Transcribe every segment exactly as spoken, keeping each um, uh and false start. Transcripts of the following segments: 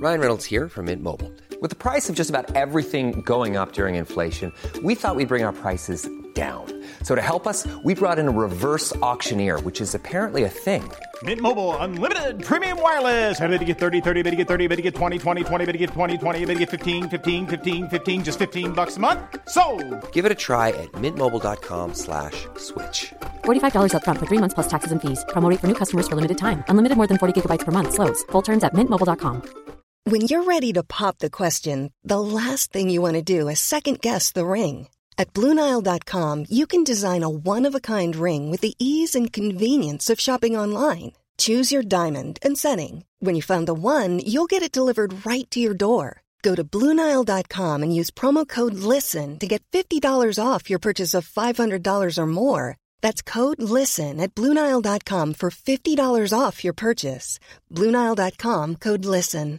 Ryan Reynolds here from Mint Mobile. With the price of just about everything going up during inflation, we thought we'd bring our prices down. So to help us, we brought in a reverse auctioneer, which is apparently a thing. Mint Mobile Unlimited Premium Wireless. How to get thirty, thirty, how to get thirty, how to get twenty, twenty, twenty, how to get twenty, twenty, how to get fifteen, fifteen, fifteen, fifteen, just fifteen bucks a month? Sold! Give it a try at mintmobile.com slash switch. forty-five dollars up front for three months plus taxes and fees. Promo rate for new customers for limited time. Unlimited more than forty gigabytes per month. Slows full terms at mint mobile dot com. When you're ready to pop the question, the last thing you want to do is second-guess the ring. At Blue Nile dot com, you can design a one-of-a-kind ring with the ease and convenience of shopping online. Choose your diamond and setting. When you find the one, you'll get it delivered right to your door. Go to Blue Nile dot com and use promo code LISTEN to get fifty dollars off your purchase of five hundred dollars or more. That's code LISTEN at Blue Nile dot com for fifty dollars off your purchase. Blue Nile dot com, code LISTEN.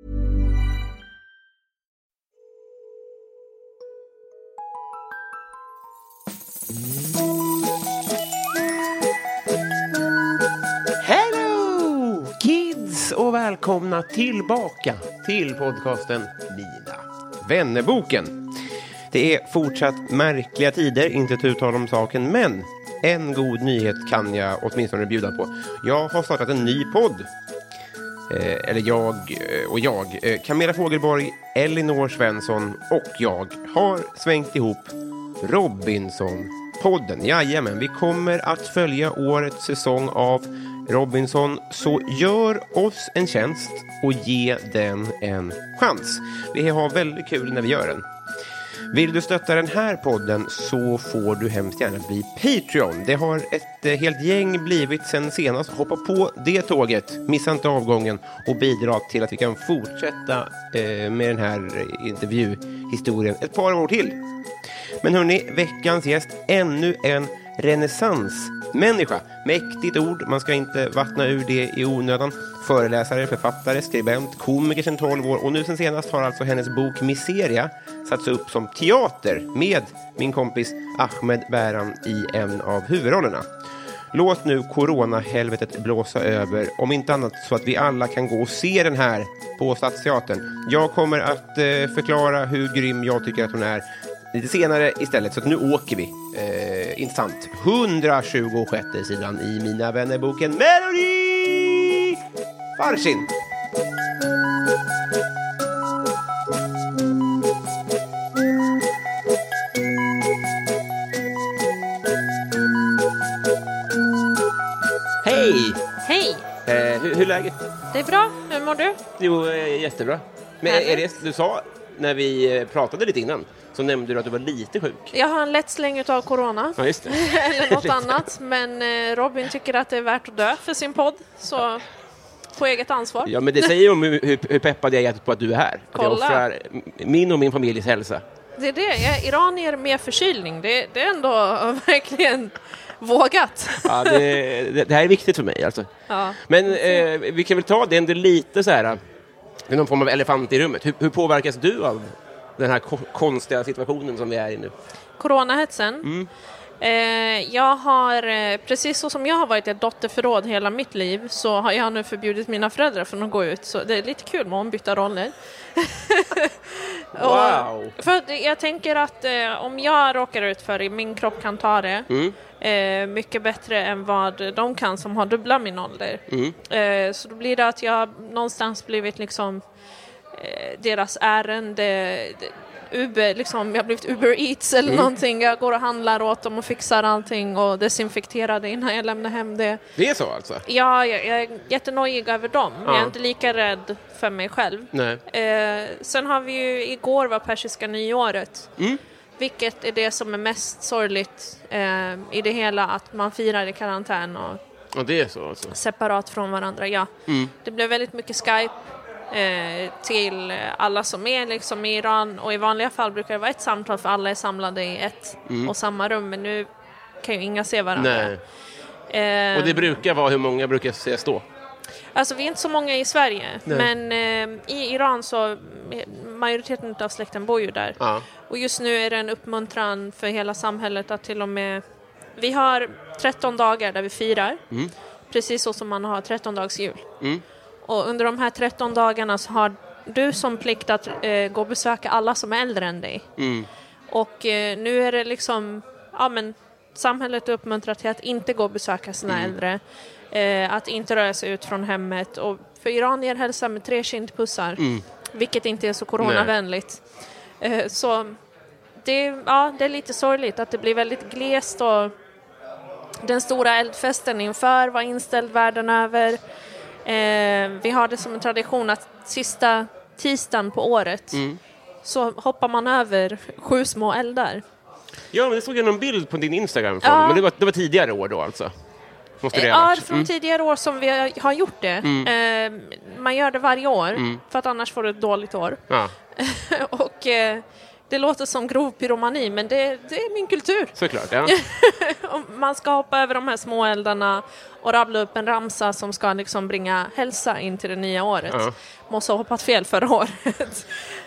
Hello kids och välkomna tillbaka till podcasten Mina vännerboken. Det är fortsatt märkliga tider, inte ett uttal om saken, men en god nyhet kan jag åtminstone bjuda på. Jag har startat en ny podd. Eh, eller jag och jag. Eh, Camilla Fogelborg, Elinor Svensson och jag har svängt ihop Robinson-podden. Jajamän, vi kommer att följa årets säsong av Robinson, så gör oss en tjänst och ge den en chans. Vi har väldigt kul när vi gör den. Vill du stötta den här podden så får du hemskt gärna bli Patreon. Det har ett eh, helt gäng blivit sen senast. Hoppa på det tåget, missa inte avgången och bidra till att vi kan fortsätta eh, med den här intervjuhistorien ett par år till. Men hörni, veckans gäst, ännu en renässansmänniska. Mäktigt ord, man ska inte vattna ur det i onödan. Föreläsare, författare, skribent, komiker sedan tolv år. Och nu sen senast har alltså hennes bok Miseria satts upp som teater med min kompis Ahmed Bäran i en av huvudrollerna. Låt nu corona-helvetet blåsa över, om inte annat så att vi alla kan gå och se den här på Stadsteatern. Jag kommer att eh, förklara hur grym jag tycker att hon är lite senare istället, så att nu åker vi. Eh, intressant. hundratjugosjätte sidan i Mina vännerboken Melody Farsin. Hej! Hej! Eh, hur, hur är läget? Det är bra. Hur mår du? Jo, eh, jättebra. Men är det du sa när vi pratade lite innan, så nämnde du att du var lite sjuk. Jag har en lätt släng utav corona. Ja, just det. Eller något annat. Men Robin tycker att det är värt att dö för sin podd. Så på eget ansvar. Ja, men det säger om hur, hur peppad jag är på att du är här. Kolla. Att jag offrar min och min familjs hälsa. Det är det. Jag är iranier med förkylning. Det, det är ändå verkligen vågat. Ja, det, det, det här är viktigt för mig alltså. Ja. Men eh, vi kan väl ta det ändå lite så här. Det är någon form av elefant i rummet. Hur, hur påverkas du av den här ko- konstiga situationen som vi är i nu? Coronahetsen. Mm. Eh, jag har, eh, precis så som jag har varit ett dotterförråd hela mitt liv, så har jag nu förbjudit mina föräldrar från att gå ut. Så det är lite kul med att byta roller. Wow! Och, för att jag tänker att eh, om jag råkar ut för det, min kropp kan ta det. Mm. Eh, mycket bättre än vad de kan som har dubbla min ålder. Mm. Eh, så då blir det att jag någonstans blivit liksom eh, deras ärende, Uber, liksom, jag har blivit Uber Eats eller mm. någonting. Jag går och handlar åt dem och fixar allting och desinfekterar det innan jag lämnar hem det. Det är så alltså? Ja, jag, jag är jättenojig över dem. Ja. Jag är inte lika rädd för mig själv. Nej. Eh, sen har vi ju, igår var persiska nyåret. Mm. Vilket är det som är mest sorgligt eh, i det hela, att man firar i karantän och Ja, det är så alltså. separat från varandra, ja. Mm. Det blev väldigt mycket Skype eh, till alla som är liksom i Iran, och i vanliga fall brukar det vara ett samtal för alla är samlade i ett Mm. och samma rum, men nu kan ju inga se varandra. Nej. Eh, Och det brukar vara, hur många brukar ses då? Alltså vi är inte så många i Sverige. Nej. Men eh, i Iran så majoriteten av släkten bor ju där. Ja. Och just nu är det en uppmuntran för hela samhället att till och med, vi har tretton dagar där vi firar. Mm. Precis så som man har tretton dags jul. Mm. Och under de här tretton dagarna så har du som plikt att eh, gå och besöka alla som är äldre än dig. Mm. Och eh, nu är det liksom, ja men samhället uppmuntrar till att inte gå och besöka sina Mm. äldre. Eh, att inte röra sig ut från hemmet. Och för iranier hälsar med tre kindpussar. Mm. Vilket inte är så coronavänligt. Eh, så det, ja, det är lite sorgligt att det blir väldigt glest. Och den stora eldfesten inför var inställd världen över. Eh, vi har det som en tradition att sista tisdagen på året Mm. så hoppar man över sju små eldar. Ja, men det såg jag någon bild på din Instagram. Från. Ja. Men det var, det var tidigare år då alltså? Måste det Eh, ha Ja, varit. från Mm. tidigare år som vi har gjort det. Eh, man gör det varje år, för att annars får du ett dåligt år. Ja, Och eh, det låter som grov pyromani, men det, det är min kultur. såklart. Ja. Och man ska hoppa över de här små eldarna och rabbla upp en ramsa som ska liksom bringa hälsa in till det nya året. Ja. Måste ha hoppat fel förra året.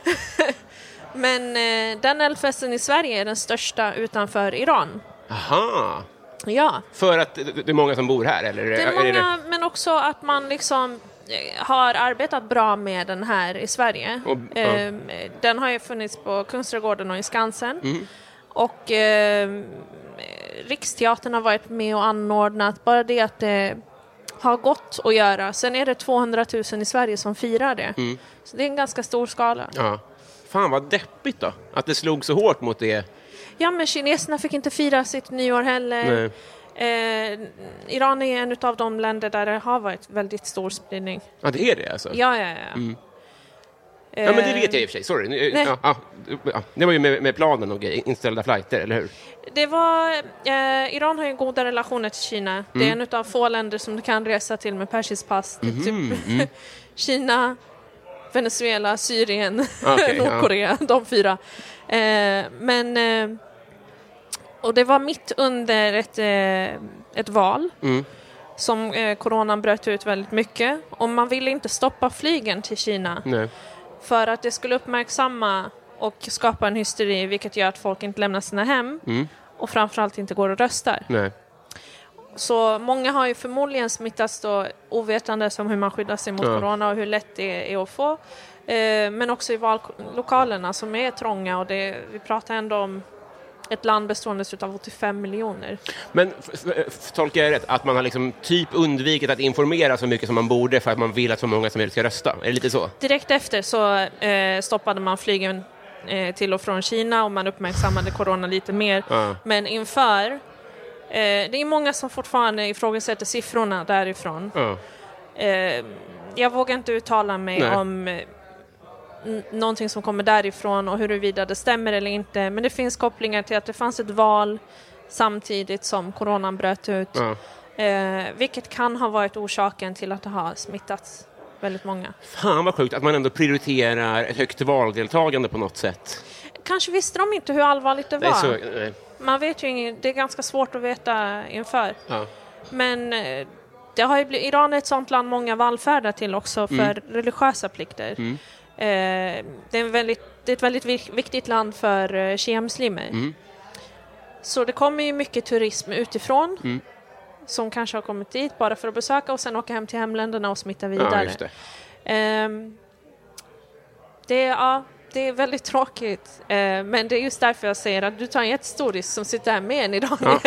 Men eh, den eldfesten i Sverige är den största utanför Iran. Aha. Ja, För att det är många som bor här? Eller? det är många, men också att man liksom eh, har arbetat bra med den här i Sverige. Och- ja. Eh, Den har ju funnits på Kungsträdgården och i Skansen. Mm. Och eh, Riksteatern har varit med och anordnat. Bara det att det har gått att göra. Sen är det tvåhundratusen i Sverige som firar det. Mm. Så det är en ganska stor skala. Ja. Fan vad deppigt då. Att det slog så hårt mot det. Ja, men kineserna fick inte fira sitt nyår heller. Eh, Iran är en av de länder där det har varit väldigt stor spridning. Ja, det är det alltså? Ja, ja, ja. Mm. Ja, men det vet jag i och för sig. Sorry. Nej. Ja, ja, ja. Det var ju med, med planen och grejer. Inställda flighter, eller hur? Det var, eh, Iran har ju goda relationer till Kina. Det är en av få länder som du kan resa till med persiskt pass. Det är typ Kina, Venezuela, Syrien, Okej, Nordkorea, de fyra. Eh, men, eh, och det var mitt under ett, eh, ett val Mm. som eh, coronan bröt ut väldigt mycket. Och man ville inte stoppa flygen till Kina. Nej. För att det skulle uppmärksamma och skapa en hysteri, vilket gör att folk inte lämnar sina hem Mm. och framförallt inte går och röstar. Nej. Så många har ju förmodligen smittats då ovetande om hur man skyddar sig mot Ja. corona och hur lätt det är att få. Eh, men också i vallokalerna som är trånga, och det, vi pratar ändå om ett land bestående av åttiofem miljoner. Men f- f- tolkar jag rätt att man har liksom typ undvikit att informera så mycket som man borde för att man vill att så många som möjligt ska rösta? Är det lite så? Direkt efter så eh, stoppade man flygen eh, till och från Kina och man uppmärksammade corona lite mer. Ja. Men inför, eh, det är många som fortfarande ifrågasätter siffrorna därifrån. Ja. Eh, jag vågar inte uttala mig Nej. om eh, n- någonting som kommer därifrån och huruvida det stämmer eller inte. Men det finns kopplingar till att det fanns ett val samtidigt som coronan bröt ut. Ja. Eh, vilket kan ha varit orsaken till att det har smittats väldigt många. Fan vad sjukt att man ändå prioriterar ett högt valdeltagande på något sätt. Kanske visste de inte hur allvarligt det Det är var. så, nej. Man vet ju inget, det är ganska svårt att veta inför. Ja. Men eh, det har ju blivit, Iran är ett sånt land många vallfärdar till också för Mm. religiösa plikter. Mm. Eh, det, är en väldigt, det är ett väldigt vi- viktigt land för eh, shia-muslimer. Mm. Så det kommer ju mycket turism utifrån Mm. som kanske har kommit dit bara för att besöka och sen åka hem till hemländerna och smitta vidare. Ja, just det. Ehm, det, är, ja, det är väldigt tråkigt, eh, men det är just därför jag säger att du tar en jättestor risk som sitter här med en idag. Ja.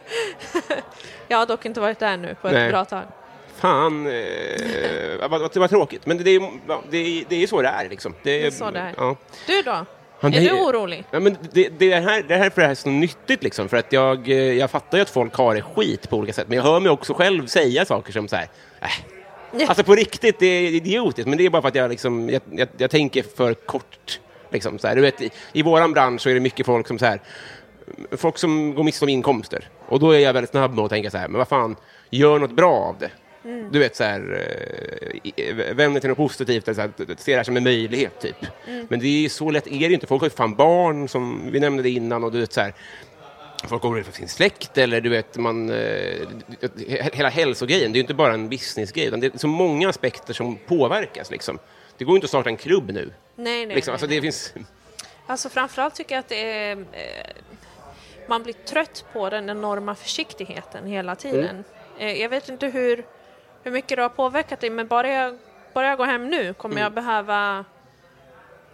Jag har dock inte varit där nu på ett Nej. bra tag. Fan, eh, vad, vad, det var tråkigt. Men det, det, är, ja, det, är, det är så det är liksom. Det är så det är. Ja. Du då? Ja, Är det- du orolig? Ja, men det, det, här, det här är för det här är så nyttigt liksom, för att jag, eh, jag fattar ju att folk har det skit på olika sätt, men jag hör mig också själv säga saker som så här, äh. Alltså på riktigt, det är idiotiskt, men det är bara för att jag, liksom, jag, jag, jag tänker för kort. Liksom, så här. Du vet, i, I våran bransch så är det mycket folk som så här, folk som går miste om inkomster. Och då är jag väldigt snabb med att tänka så här, men vad fan, gör något bra av det. Mm. Du vet så här, eh, vänder till något positivt, eller så här, ser det här som en möjlighet typ. Mm. Men det är så lätt är det inte. Folk har ju fan barn, som vi nämnde det innan, och du vet så här, folk går för sin släkt, eller du vet, man, eh, hela hälsogrejen, det är ju inte bara en businessgrej, utan det är så många aspekter som påverkas liksom. Det går inte att starta en klubb nu. Nej, nej. Liksom. nej, Alltså, nej. det finns... Alltså framförallt tycker jag att det är, eh, man blir trött på den enorma försiktigheten hela tiden. Mm. Eh, jag vet inte hur, hur mycket det har påverkat dig, men bara jag, bara jag går hem nu kommer Mm. jag behöva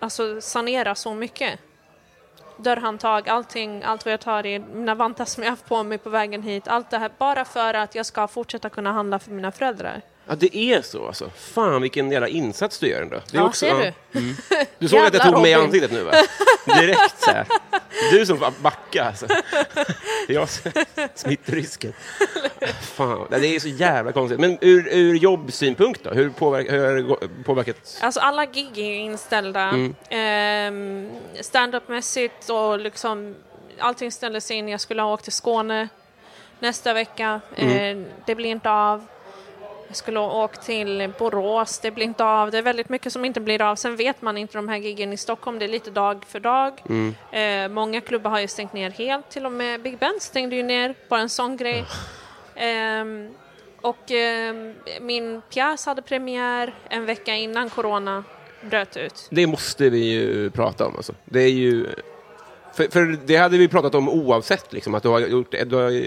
alltså sanera så mycket. Dörrhandtag, allting, allt vad jag tar i, mina vantar som jag har på mig på vägen hit, allt det här, bara för att jag ska fortsätta kunna handla för mina föräldrar. Ja, det är så alltså. Fan, vilken jävla insats du gör ändå. Det är ja, också, ser ja. du? Mm. Du såg att jag tog mig i ansiktet nu, va? Direkt så här. Du som får backa, alltså. Det är jag som smittrisken. Fan, det är så jävla konstigt. Men ur, ur jobbsynpunkt då? Hur, påverk, hur har det påverkat? Alltså alla gig är inställda. Mm. Ehm, stand-up-mässigt och liksom allting ställdes in. Jag skulle ha åkt till Skåne nästa vecka. Mm. Ehm, det blir inte av. Jag skulle ha åkt till Borås, det blir inte av. Det är väldigt mycket som inte blir av. Sen vet man inte de här giggen i Stockholm. Det är lite dag för dag. Mm. Eh, många klubbar har ju stängt ner helt. Till och med Big Ben stängde ju ner. Bara en sån grej. Eh, och eh, min pjäs hade premiär en vecka innan corona bröt ut. Det måste vi ju prata om. Alltså. Det är ju... För, för det hade vi pratat om oavsett. Liksom, att du har gjort... Du har,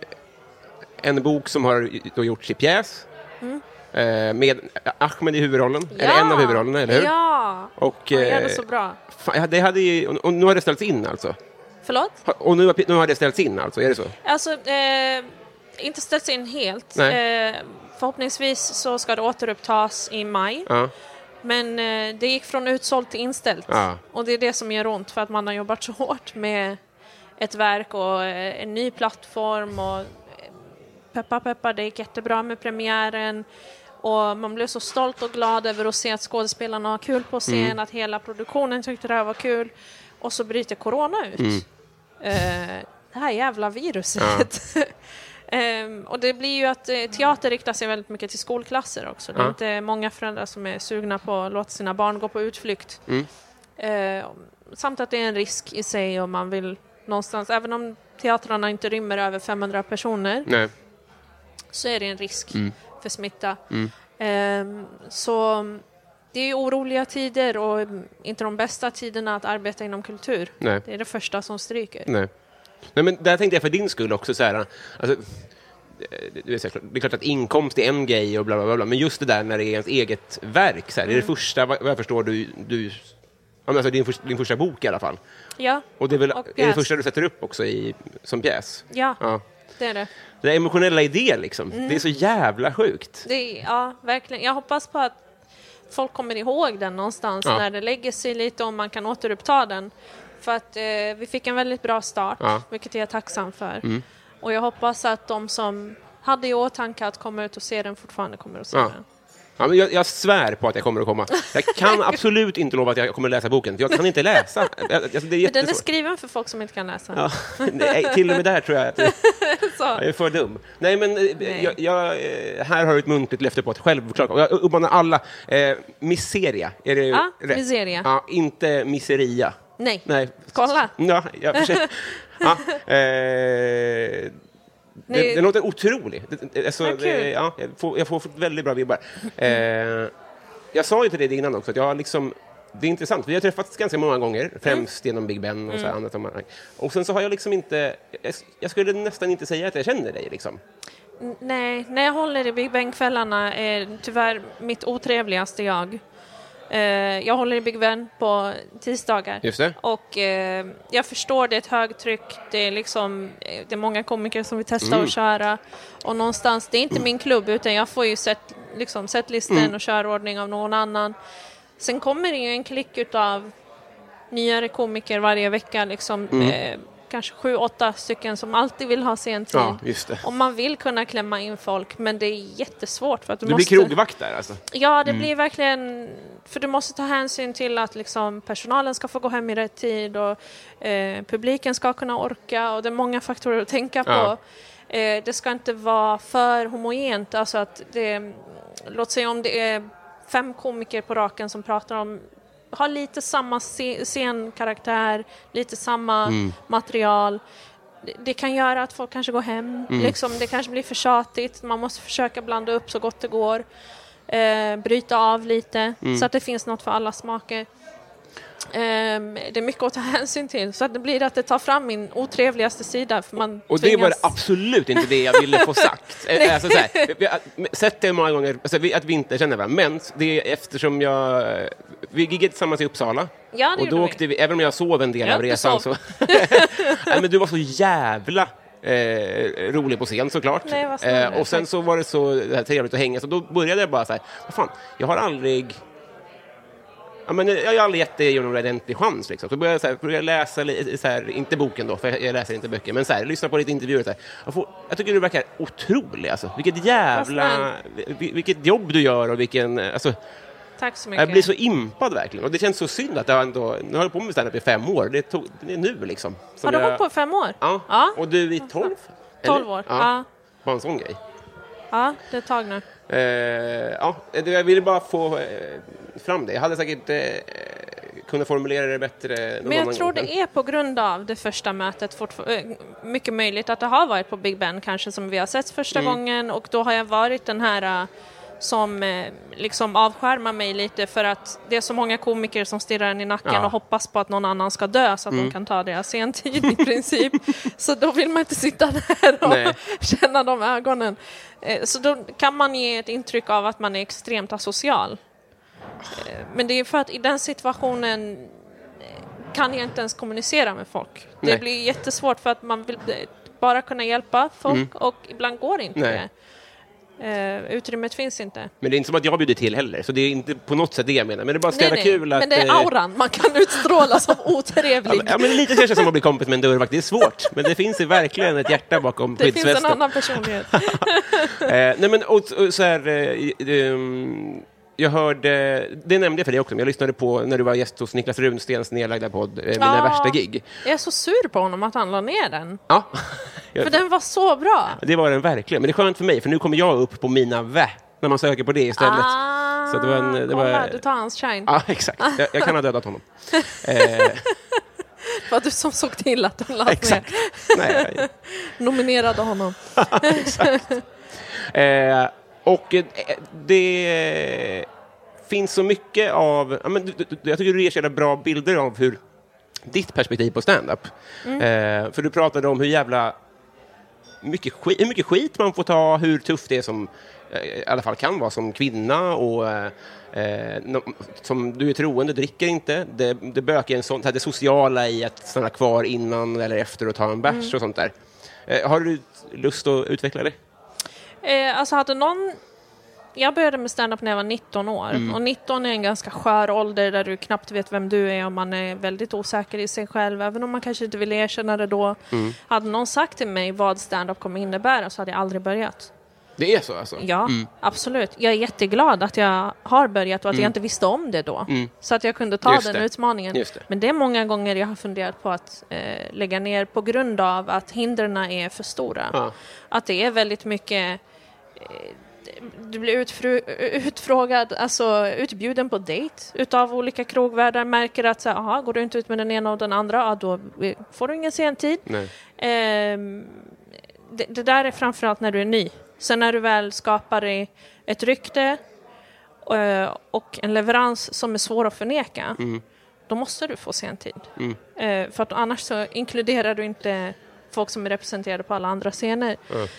en bok som har då gjorts i pjäs. Mm. Eh, med Ahmed i huvudrollen. Ja. Eller en av huvudrollerna, eller hur? Ja, och, han gör det eh, så bra. Fan, det hade ju, och, och nu har det ställts in alltså. Förlåt? Och nu, nu har det ställts in alltså, är det så? Alltså, eh, inte ställts in helt. Eh, förhoppningsvis så ska det återupptas i maj. Ja. Men eh, det gick från utsålt till inställt. Ja. Och det är det som gör ont för att man har jobbat så hårt med ett verk och eh, en ny plattform och peppa peppa, det gick jättebra med premiären och man blev så stolt och glad över att se att skådespelarna har kul på scen, mm. att hela produktionen tyckte det här var kul och så bryter corona ut. Mm. Uh, det här jävla viruset. Ja. um, och det blir ju att uh, teater riktar sig väldigt mycket till skolklasser också. Det är ja. inte många föräldrar som är sugna på att låta sina barn gå på utflykt. Mm. Uh, samt att det är en risk i sig om man vill någonstans, även om teatrarna inte rymmer över femhundra personer. Nej. Så är det en risk mm. för smitta. Mm. Um, så det är ju oroliga tider och inte de bästa tiderna att arbeta inom kultur. Nej. Det är det första som stryker. Nej. Nej, men där tänkte jag för din skull också så här, alltså, det är klart att inkomst är en grej och bla bla bla, men just det där när det är ens eget verk så här, mm. det är det första, vad jag förstår, du, du alltså din, för, din första bok i alla fall. Ja. Och det är väl är det första du sätter upp också i, som pjäs? Ja, ja. det är det. Det är emotionella idé liksom. Mm. Det är så jävla sjukt. Det är, ja, verkligen. Jag hoppas på att folk kommer ihåg den någonstans ja. när det lägger sig lite och man kan återuppta den. För att eh, vi fick en väldigt bra start, ja. vilket jag är tacksam för. Mm. Och jag hoppas att de som hade i åtanke att komma ut och se den fortfarande kommer att se ja. den. Ja, men jag, jag svär på att jag kommer att komma. Jag kan absolut inte lova att jag kommer att läsa boken. Jag kan inte läsa. Alltså, det är den är skriven för folk som inte kan läsa. Ja, nej, till och med där tror jag att jag är för dum. Nej, men nej. Jag, jag, här har jag ett muntligt löfte på att självklart. Och jag uppmanar alla. Eh, miseria. Är det ja, rätt? Miseria. Ja, inte miseria. Nej. nej. Kolla. Ja, jag försöker. Ja, eh, Det, det, det låter otroligt. Det, alltså, okay. det, ja, jag, får, jag får väldigt bra vibbar. Eh, jag sa ju till dig innan också att jag liksom, det är intressant. Vi har träffats ganska många gånger, främst mm. genom Big Ben och så mm. annat. Och sen så har jag liksom inte, jag, jag skulle nästan inte säga att jag känner dig liksom. Nej, när jag håller i Big Ben-kvällarna är tyvärr mitt otrevligaste jag. Uh, jag håller i Big Ben på tisdagar. Just det. Och uh, jag förstår, det är ett högtryck. Det är liksom, det är många komiker som vill testa mm. att köra. Och någonstans, det är inte min klubb, utan jag får ju set, liksom, setlisten mm. och körordning av någon annan. Sen kommer det ju en klick utav nyare komiker varje vecka. Liksom, mm. eh, kanske sju, åtta stycken som alltid vill ha sentid. Ja, just det. Och man vill kunna klämma in folk, men det är jättesvårt. För att du det måste... blir krogvakt där alltså? Ja, det mm. blir verkligen... För du måste ta hänsyn till att liksom, personalen ska få gå hem i rätt tid och eh, publiken ska kunna orka. Och det är många faktorer att tänka på. Ja. Eh, det ska inte vara för homogent. Alltså att det, låt säga om det är fem komiker på raken som pratar om har lite samma scenkaraktär, lite samma mm. material. Det, det kan göra att folk kanske går hem. Mm. Liksom, det kanske blir för tjatigt. Man måste försöka blanda upp så gott det går. Eh, bryta av lite. Mm. Så att det finns något för alla smaker. Um, det är mycket att ta hänsyn till. Så att det blir att det tar fram min otrevligaste sida. För man och tvingas... det var absolut inte det jag ville få sagt. alltså, så här, vi har sett det många gånger alltså, vi, att vi inte känner varandra. Men det är eftersom jag... Vi giggade tillsammans i Uppsala. Ja, det och då åkte vi, även om jag sov en del ja, av resan så... Nej, men du var så jävla... Eh, rolig på scen såklart. Nej, vad snäll, eh, och sen så var det så det här trevligt att hänga. Så då började jag bara så här, vad fan, jag har aldrig... Ja, men jag har aldrig gett det någon ordentlig chans. Liksom. Så började jag, så här, började jag läsa, så här, inte boken då, för jag läser inte böcker, men så här, lyssna på lite intervjuer. Så här. Jag, får, jag tycker du verkar otrolig. Alltså. Vilket jävla... Vilket jobb du gör och vilken... Alltså, tack så mycket. Jag blir så impad verkligen. Och det känns så synd att jag ändå... Nu har jag på med stand-up i fem år. Det, tog, det är nu liksom. Har du jag, hållit på i fem år? Ja. ja. Och du i tolv? Tolv år, ja. ja. Bara en sån grej. Ja, det är ett tag nu. Eh, ja, jag ville bara få eh, fram det. Jag hade säkert eh, kunnat formulera det bättre. Men jag tror gång. det är på grund av det första mötet fortfar- mycket möjligt att det har varit på Big Ben kanske som vi har sett första mm. gången, och då har jag varit den här som eh, liksom avskärmar mig lite för att det är så många komiker som stirrar en i nacken ja. och hoppas på att någon annan ska dö så att mm. de kan ta deras sentid i princip. Så då vill man inte sitta där och Nej. känna de ögonen. Eh, så då kan man ge ett intryck av att man är extremt asocial. Eh, men det är för att i den situationen kan jag inte ens kommunicera med folk. Nej. Det blir jättesvårt för att man vill bara kunna hjälpa folk mm. och ibland går inte Nej. det. Uh, utrymmet finns inte. Men det är inte som att jag bjuder till heller. Så det är inte på något sätt det jag menar. Men det är bara så kul att... Men det är auran man kan utstråla som otrevlig. Ja, men lite kanske som att bli kompis med en dörrvakt. Det är svårt. Men det finns ju verkligen ett hjärta bakom det skyddsvästen. Det finns en annan personlighet. uh, nej men och, och, så här... Uh, um, jag hörde, det nämnde jag för dig också, men jag lyssnade på när du var gäst hos Niklas Runstens nedlagda podd, eh, Mina ja, värsta gig. Jag är så sur på honom att han la ner den. Ja. För den var så bra. Det var den verkligen, men det är skönt för mig, för nu kommer jag upp på mina vä, när man söker på det istället. Ah, så det var en, det kolla, var... du tar hans shine. Ja, exakt. Jag, jag kan ha dödat honom. eh. Det var du som såg till att den lades ner. Nej, jag... Nominerade honom. Exakt. Eh, och eh, det... finns så mycket av... Ja, men, du, du, jag tycker du ger så bra bilder av hur ditt perspektiv på stand-up. Mm. Eh, för du pratade om hur jävla mycket skit, hur mycket skit man får ta, hur tufft det är som eh, i alla fall kan vara som kvinna och eh, no, som du är troende, dricker inte. Det, det bökar en sån, det sociala i att stanna kvar innan eller efter och ta en bärs mm. och sånt där. Eh, har du lust att utveckla det? Eh, alltså hade någon... Jag började med stand-up när jag var nitton år. Mm. Och nitton är en ganska skör ålder där du knappt vet vem du är och man är väldigt osäker i sig själv. Även om man kanske inte vill erkänna det då. Mm. Hade någon sagt till mig vad stand-up kommer innebära så hade jag aldrig börjat. Det är så alltså? Ja, mm. absolut. Jag är jätteglad att jag har börjat och att mm. jag inte visste om det då. Mm. Så att jag kunde ta Just den det. utmaningen. Just det. Men det är många gånger jag har funderat på att eh, lägga ner på grund av att hindren är för stora. Ja. Att det är väldigt mycket... Eh, du blir utfru- utfrågad, alltså utbjuden på dejt utav olika krogvärdar, märker att så, aha, går du inte ut med den ena och den andra, ja, då får du ingen sentid. Nej. Eh, det, det där är framförallt när du är ny. Sen när du väl skapar ett rykte eh, och en leverans som är svår att förneka, mm. då måste du få sentid. Mm. Eh, för att annars så inkluderar du inte folk som är representerade på alla andra scener.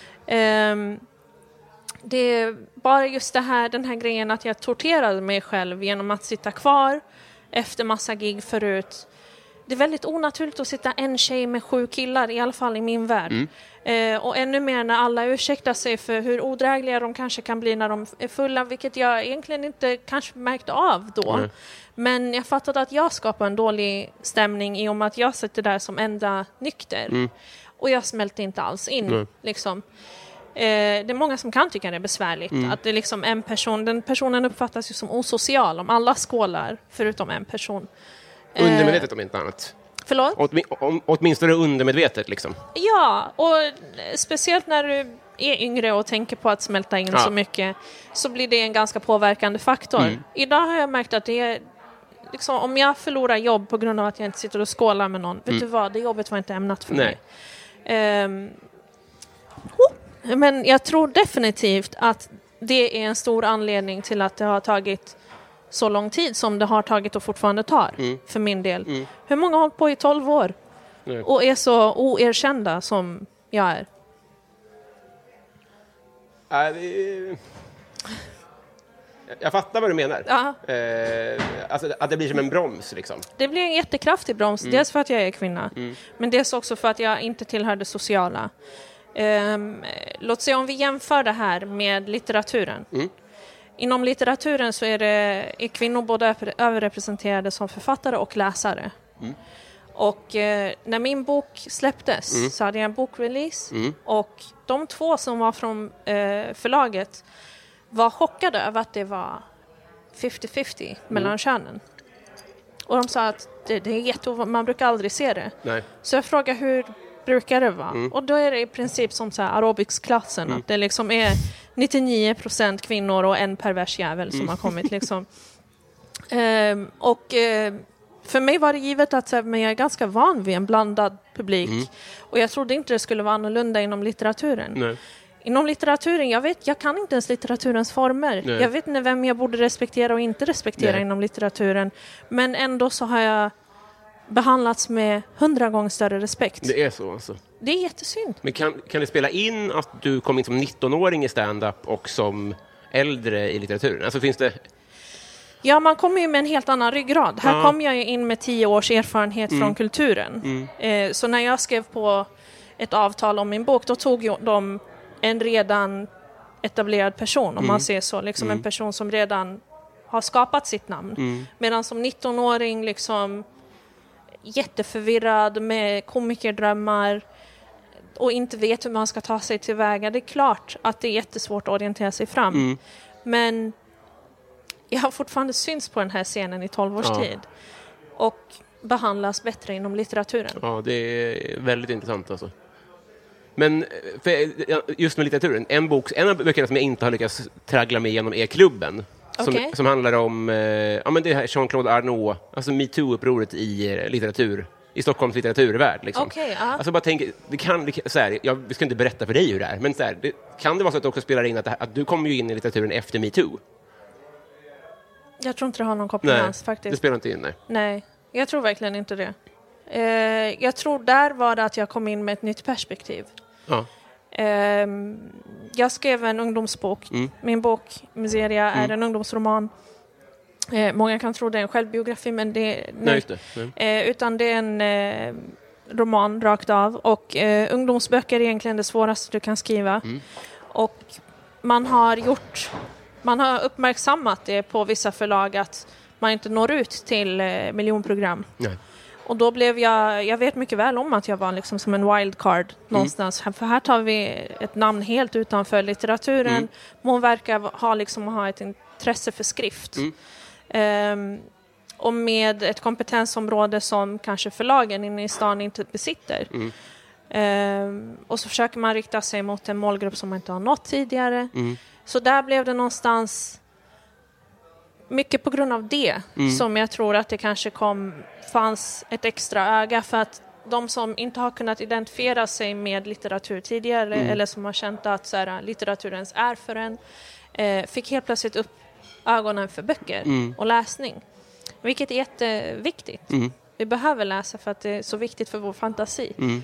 Mm. Eh, Det är bara just det här, den här grejen att jag torterade mig själv genom att sitta kvar efter massa gig förut. Det är väldigt onaturligt att sitta en tjej med sju killar, i alla fall i min värld. Mm. Eh, och ännu mer när alla ursäktar sig för hur odrägliga de kanske kan bli när de är fulla, vilket jag egentligen inte kanske märkte av då. Mm. Men jag fattade att jag skapar en dålig stämning i och med att jag sitter där som enda nykter. Mm. Och jag smälte inte alls in, mm. liksom. Eh, det är många som kan tycka det är besvärligt. Mm. Att det är liksom en person, den personen uppfattas ju som osocial om alla skålar förutom en person. Eh, undermedvetet om inte annat. Förlåt? Åtmin- om, åtminstone undermedvetet liksom. Ja, och speciellt när du är yngre och tänker på att smälta in ja. så mycket så blir det en ganska påverkande faktor. Mm. Idag har jag märkt att det är liksom, om jag förlorar jobb på grund av att jag inte sitter och skålar med någon, mm. vet du vad, det jobbet var inte ämnat för Nej. mig. Um, oh. Men jag tror definitivt att det är en stor anledning till att det har tagit så lång tid som det har tagit och fortfarande tar Mm. för min del. Mm. Hur många har hållit på i tolv år Nej. och är så oerkända som jag är? Äh, det... Jag fattar vad du menar. Ja. Eh, alltså att det blir som en broms liksom. Det blir en jättekraftig broms, Mm. dels för att jag är kvinna, Mm. men dels också för att jag inte tillhör det sociala. Um, låt se om vi jämför det här med litteraturen. Mm. Inom litteraturen så är, det, är kvinnor både över- överrepresenterade som författare och läsare. Mm. Och eh, när min bok släpptes Mm. så hade jag en bokrelease Mm. och de två som var från eh, förlaget var chockade över att det var fifty-fifty mellan Mm. könen. Och de sa att det, det är jätteovanligt, man brukar aldrig se det. Nej. Så jag frågade hur brukar det vara? Mm. Och då är det i princip som så här aerobicsklassen, Mm. att det liksom är nittionio procent kvinnor och en pervers jävel som Mm. har kommit liksom. Ehm, och eh, för mig var det givet att så här, men jag är ganska van vid en blandad publik. Mm. Och jag trodde inte det skulle vara annorlunda inom litteraturen. Nej. Inom litteraturen, jag vet, jag kan inte ens litteraturens former. Nej. Jag vet inte vem jag borde respektera och inte respektera Nej. inom litteraturen. Men ändå så har jag behandlats med hundra gånger större respekt. Det, Det är så alltså. är jättesynd. Men kan, kan det spela in att du kom in som nittonåring i stand-up och som äldre i litteraturen? Alltså finns det... Ja, man kommer ju med en helt annan ryggrad. Här Ja. kom jag ju in med tio års erfarenhet Mm. från kulturen. Mm. Eh, så när jag skrev på ett avtal om min bok, då tog ju de en redan etablerad person, om Mm. man ser så. Liksom Mm. en person som redan har skapat sitt namn. Mm. Medan som nittonåring liksom jätteförvirrad med komikerdrömmar och inte vet hur man ska ta sig tillväga. Det är klart att det är jättesvårt att orientera sig fram. Mm. Men jag har fortfarande syns på den här scenen i tolv års Ja. tid. Och behandlas bättre inom litteraturen. Ja, det är väldigt intressant alltså. Men för, just med litteraturen, en, bok, en av böckerna som jag inte har lyckats traggla mig igenom är Klubben. Som, Okej. som handlar om eh, ja, men det här Jean-Claude Arnault, alltså MeToo-upproret i eh, litteratur, i Stockholms litteraturvärld. Liksom. Okej, ja. Alltså bara tänk, det kan, det kan, så här, jag vi ska inte berätta för dig hur det är, men så här, det, kan det vara så att det också spelar in att, det här, att du kommer ju in i litteraturen efter MeToo? Jag tror inte det har någon koppling Nej, alls faktiskt. det spelar inte in, nej. Nej, jag tror verkligen inte det. Eh, jag tror där var det att jag kom in med ett nytt perspektiv. Ja. Eh, jag skrev en ungdomsbok. Mm. Min bok Miseria är Mm. en ungdomsroman. Eh, många kan tro det är en självbiografi, men det, nej. Nej, just det. Nej. Eh, utan det är en eh, roman rakt av. Och eh, ungdomsböcker är egentligen det svåraste du kan skriva. Mm. Och man har gjort, man har uppmärksammat det på vissa förlag att man inte når ut till eh, miljonprogram. Nej. Och då blev jag, jag vet mycket väl om att jag var liksom som en wildcard någonstans. För här tar vi ett namn helt utanför litteraturen. Mm. Hon verkar ha, liksom, ha ett intresse för skrift. Mm. Ehm, och med ett kompetensområde som kanske förlagen inne i stan inte besitter. Mm. Ehm, och så försöker man rikta sig mot en målgrupp som man inte har nått tidigare. Mm. Så där blev det någonstans mycket på grund av det Mm. som jag tror att det kanske kom, fanns ett extra öga för att de som inte har kunnat identifiera sig med litteratur tidigare Mm. eller som har känt att så här, litteraturen är för en eh, fick helt plötsligt upp ögonen för böcker Mm. och läsning. Vilket är jätteviktigt. Mm. Vi behöver läsa för att det är så viktigt för vår fantasi. Mm.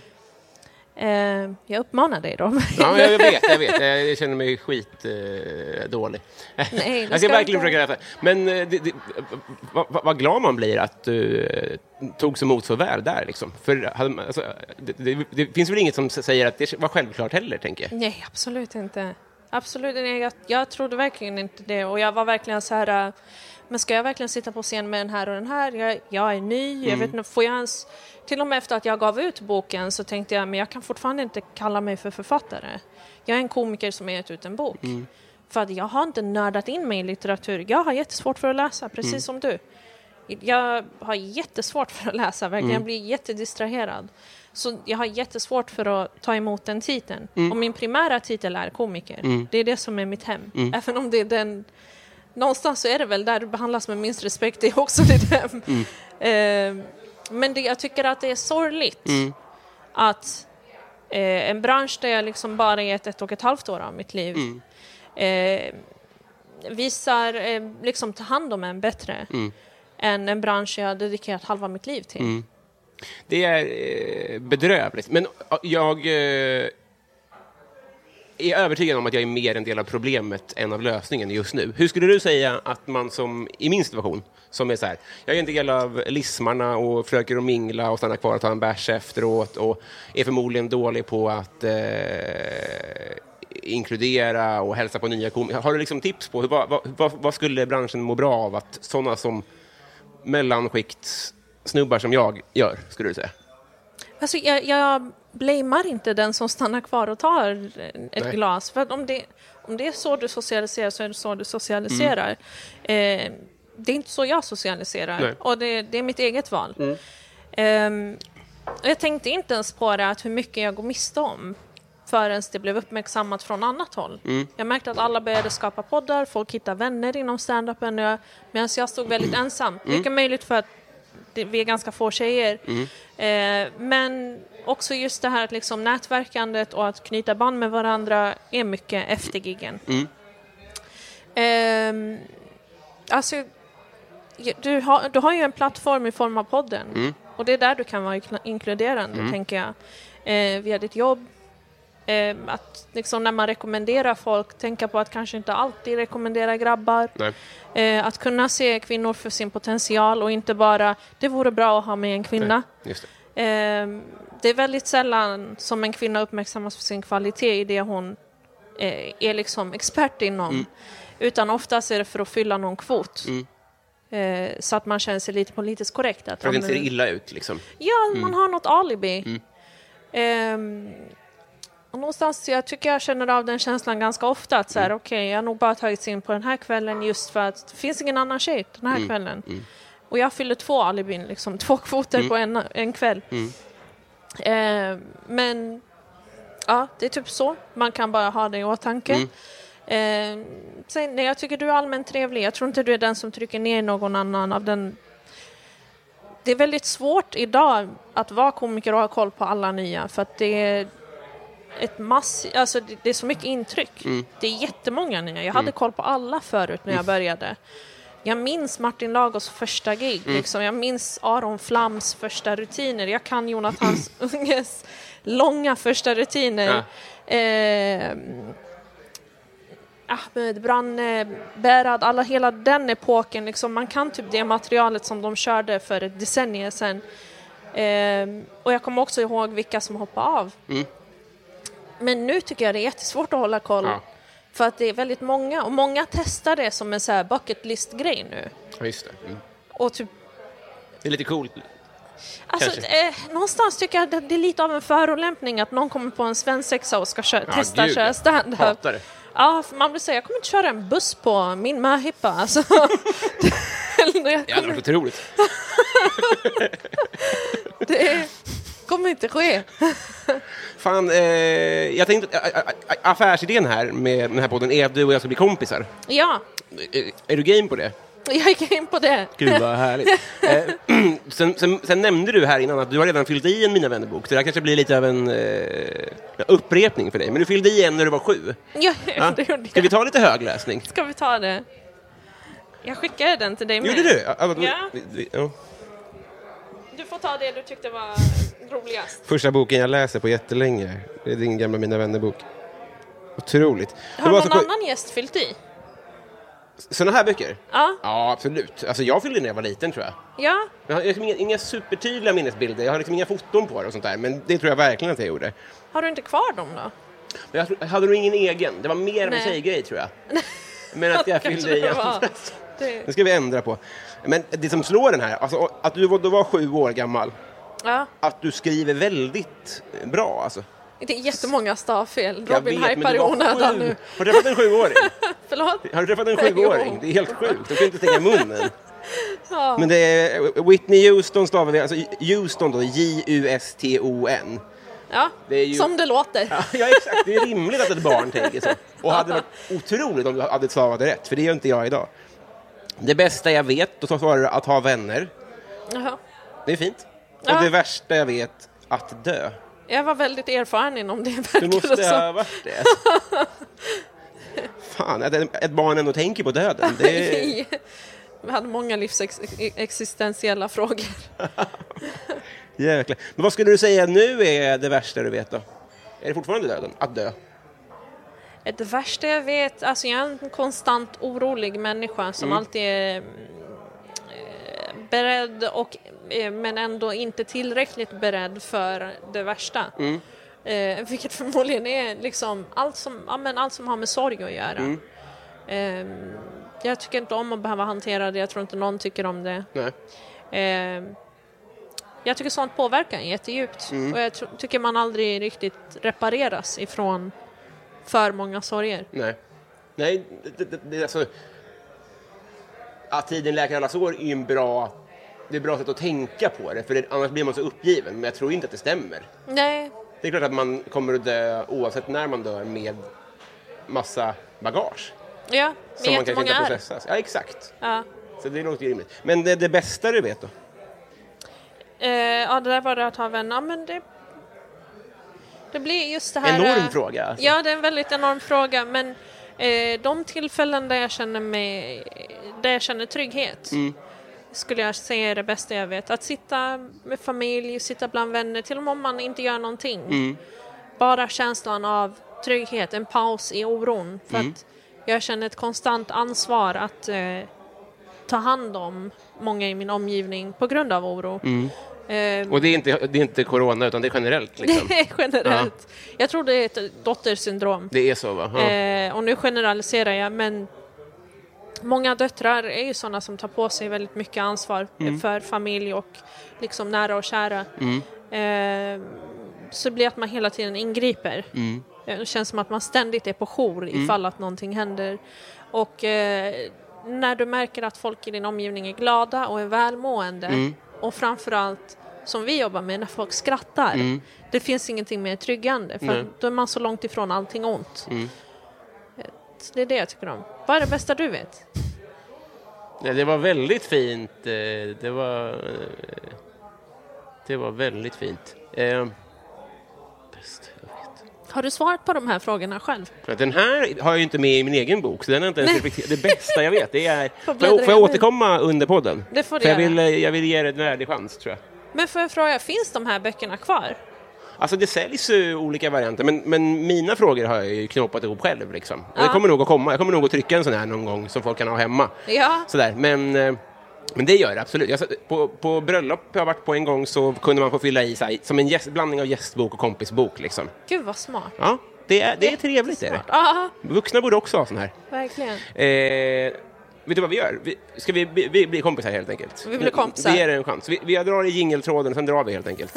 Eh, jag uppmanar dig då. Ja, jag vet, jag vet. Jag känner mig skit eh, dålig. Nej, det jag ska ska verkligen inte. försöka läsa. Men eh, det, det, vad, vad vad glad man blir att du eh, tog så emot så väl där. Liksom. För hade man- alltså, det, det, det finns väl inget som säger att det var självklart heller, tänker jag. Nej, absolut inte. Absolut inte. Jag, jag trodde verkligen inte det. Och jag var verkligen så här, äh, men ska jag verkligen sitta på scen med den här och den här? Jag, jag är ny, jag Mm. vet inte, får jag ens... Till och med efter att jag gav ut boken så tänkte jag, men jag kan fortfarande inte kalla mig för författare. Jag är en komiker som har gett ut en bok. Mm. För att jag har inte nördat in mig i litteratur. Jag har jättesvårt för att läsa, precis Mm. som du. Jag har jättesvårt för att läsa, verkligen. Mm. Jag blir jättedistraherad. Så jag har jättesvårt för att ta emot den titeln. Mm. Och min primära titel är komiker. Mm. Det är det som är mitt hem. Mm. Även om det är den... Någonstans så är det väl där du behandlas med minst respekt. Det är också ditt hem. Mm. Eh, men det, jag tycker att det är sorgligt Mm. att eh, en bransch där jag liksom bara gett ett och ett halvt år av mitt liv Mm. eh, visar, eh, liksom tar hand om en bättre mm. än en bransch jag har dedikerat halva mitt liv till. Mm. Det är eh, bedrövligt. Men jag eh, är övertygad om att jag är mer en del av problemet än av lösningen just nu. Hur skulle du säga att man som, i min situation, som är så här, jag är en del av lismarna och försöker att mingla och stanna kvar och ta en bärs efteråt och är förmodligen dålig på att eh, inkludera och hälsa på nya komiker. Har du liksom tips på hur, vad, vad, vad skulle branschen må bra av att sådana som mellanskikt snubbar som jag gör, skulle du säga? Alltså, jag, jag blamear inte den som stannar kvar och tar ett Nej. glas. För att om det, om det är så du socialiserar så är det så du socialiserar. Mm. Eh, det är inte så jag socialiserar. Nej. Och det, det är mitt eget val. Mm. Eh, och jag tänkte inte ens på det, att hur mycket jag går miste om förrän det blev uppmärksammat från annat håll. Mm. Jag märkte att alla började skapa poddar, folk hittade vänner inom stand-upen, jag, medan jag stod väldigt ensam. Mm. Mycket möjligt för att det, vi är ganska få tjejer. Mm. Eh, men också just det här att liksom nätverkandet och att knyta band med varandra är mycket efter giggen. Mm. Eh, alltså, du har, du har ju en plattform i form av podden. Mm. Och det är där du kan vara inkluderande, mm. tänker jag. Eh, via ditt jobb. Eh, att liksom när man rekommenderar folk, tänka på att kanske inte alltid rekommendera grabbar. Eh, att kunna se kvinnor för sin potential och inte bara, det vore bra att ha med en kvinna. Nej, just det. Eh, det är väldigt sällan som en kvinna uppmärksammas för sin kvalitet i det hon eh, är liksom expert inom. Mm. Utan oftast är det för att fylla någon kvot. Mm. Eh, så att man känner sig lite politiskt korrekt. Att för att det inte ser illa ut liksom. Ja, mm. man har något alibi. Mm. Eh, Och någonstans, jag tycker jag känner av den känslan ganska ofta att så här, mm. okej, okay, jag har nog bara tagit in på den här kvällen just för att det finns ingen annan tjej den här mm. kvällen. Mm. Och jag fyller två alibin, liksom, två kvoter mm. på en, en kväll. Mm. Eh, men ja, det är typ så. Man kan bara ha det i åtanke. Mm. Eh, sen, nej, jag tycker du är allmänt trevlig. Jag tror inte du är den som trycker ner någon annan av den. Det är väldigt svårt idag att vara komiker och ha koll på alla nya, för att det är ett mass, alltså det, det är så mycket intryck. Mm. Det är jättemånga nya. Jag hade mm. koll på alla förut när jag började. Jag minns Martin Lagos första gig. Mm. Liksom. Jag minns Aron Flams första rutiner. Jag kan Jonathans unges långa första rutiner. Ja. Eh, Ahmed, Branne, Berad, alla, hela den epoken. Liksom. Man kan typ det materialet som de körde för ett decennium sedan. Eh, och jag kommer också ihåg vilka som hoppade av. Mm. Men nu tycker jag det är jättesvårt att hålla koll. Ja. För att det är väldigt många. Och många testar det som en så här bucket list-grej nu. Ja, just det. Mm. Och typ... Det är lite coolt. Alltså, eh, någonstans tycker jag att det är lite av en förolämpning att någon kommer på en svensexa och ska köra, ja, testa att köra stand-up. Hatar det. Ja, för man vill säga, jag kommer inte köra en buss på min möhippa. Alltså. Det hade varit otroligt. Det kommer inte ske. Fan, eh, jag tänkte ä, ä, ä, affärsidén här med den här podden är att du och jag ska bli kompisar. Ja. Är, är du game på det? Jag är game på det. Gud vad härligt. eh, sen, sen, sen nämnde du här innan att du har redan fyllt i en Mina vännerbok. Så det här kanske blir lite av en eh, upprepning för dig. Men du fyllde i en när du var sju. Ja, ja? Det gjorde jag. Ska vi ta lite högläsning? Ska vi ta det? Jag skickade den till dig med. Gjorde du? Ja. ja. Vi, vi, ja. Du får ta det du tyckte var roligast. Första boken jag läser på jättelänge. Det är din gamla Mina vännerbok. Otroligt. Har någon så... annan gäst fyllt i? Såna här böcker? Ja. Ja, absolut. Alltså jag fyllde när jag var liten, tror jag. Ja. Jag har liksom inga, inga supertydliga minnesbilder. Jag har liksom inga foton på det och sånt där. Men det tror jag verkligen att jag gjorde. Har du inte kvar dem då? Jag, jag hade nog ingen egen. Det var mer av en tjejgrej, tror jag. Men att jag fyllde i. Det... det ska vi ändra på. Men det som slår den här, alltså att du var, du var sju år gammal. Ja. Att du skriver väldigt bra, alltså. Det är jättemånga stavfel. Robin hypar i onödan nu. Har du träffat en sjuåring? Förlåt? Har du träffat en sjuåring? Det är helt sjukt. Du kan inte stänga munnen. Ja. Men det är Whitney Houston stavar vi, alltså Houston då, J U S T O N. Ja, det är ju... som det låter. Ja, ja, exakt. Det är rimligt att ett barn tänker så. Och hade varit otroligt om du hade stavat det rätt. För det gör inte jag idag. Det bästa jag vet, och så svarar du att ha vänner. Jaha. Det är fint. Och ja. Det värsta jag vet, att dö. Jag var väldigt erfaren inom det. Du måste ha varit det. fan, att ett barn ändå tänker på döden. Det är... Vi hade många livsexistentiella frågor. Jäklar. Men vad skulle du säga nu är det värsta du vet då? Är det fortfarande döden? Att dö? Det värsta jag vet, alltså jag är en konstant orolig människa som mm. alltid är eh, beredd och eh, men ändå inte tillräckligt beredd för det värsta. Mm. Eh, vilket förmodligen är liksom allt som, ja, men allt som har med sorg att göra. Mm. Eh, jag tycker inte om att behöva hantera det, jag tror inte någon tycker om det. Nej. Eh, jag tycker sånt påverkar jättedjupt mm. och jag t- tycker man aldrig riktigt repareras ifrån för många sorger. Nej, Nej det, det, det, alltså, att tiden läker alla sår är en bra, det är ett bra sätt att tänka på det, för det, annars blir man så uppgiven, men jag tror inte att det stämmer. Nej. Det är klart att man kommer att dö oavsett när man dör med massa bagage. Ja, med som man kanske inte är. processas. Ja, exakt. Ja. Så det låter rimligt. Men det, det bästa du vet då? Eh, ja, det där var det att ha vänner. Ja, men det, det blir just det här... Enorm äh, fråga. Alltså. Ja, det är en väldigt enorm fråga. Men eh, de tillfällen där jag känner mig, där jag känner trygghet mm. skulle jag säga är det bästa jag vet. Att sitta med familj, sitta bland vänner, till och med om man inte gör någonting. Mm. Bara känslan av trygghet, en paus i oron. För mm. att jag känner ett konstant ansvar att eh, ta hand om många i min omgivning på grund av oro. Mm. Eh, och det är, inte, det är inte corona utan det är generellt liksom. Det är generellt. Ja. Jag tror det är ett dottersyndrom. Det är så va? Ja. Eh, och nu generaliserar jag, men många döttrar är ju sådana som tar på sig väldigt mycket ansvar mm. för familj och liksom nära och kära. Mm. Eh, så det blir att man hela tiden ingriper. Mm. Det känns som att man ständigt är på jour ifall mm. att någonting händer. Och eh, när du märker att folk i din omgivning är glada och är välmående mm. och framförallt som vi jobbar med, när folk skrattar. Mm. Det finns ingenting mer tryggande för mm. då är man så långt ifrån allting ont. Mm. Så det är det jag tycker om. Vad är det bästa du vet? Ja, det var väldigt fint. Det var det var väldigt fint. Eh, bäst jag vet. Har du svarat på de här frågorna själv? Den här har jag ju inte med i min egen bok, så den är inte ens reflekterat. Det bästa jag vet, det är... Får jag, får jag återkomma under podden? Det får du För jag göra. vill, jag vill ge det en värdig chans, tror jag. Men får jag fråga, finns de här böckerna kvar? Alltså det säljs ju olika varianter, men, men mina frågor har jag ju knoppat ihop själv. Liksom. Ja. Det kommer nog att komma. Jag kommer nog att trycka en sån här någon gång som folk kan ha hemma. Ja. Sådär. Men, men det gör det absolut. Jag, på, på bröllop jag har varit på en gång så kunde man få fylla i sig som en gäst, blandning av gästbok och kompisbok. Liksom. Gud vad smart. Ja, det är, det är trevligt. Är det. Aha. Vuxna borde också ha sån här. Verkligen. Eh, vet du vad vi gör? Vi, ska vi, vi, vi bli kompisar helt enkelt? Vi blir kompisar. Vi ger en chans. Vi, vi drar i jingeltråden och sen drar vi helt enkelt.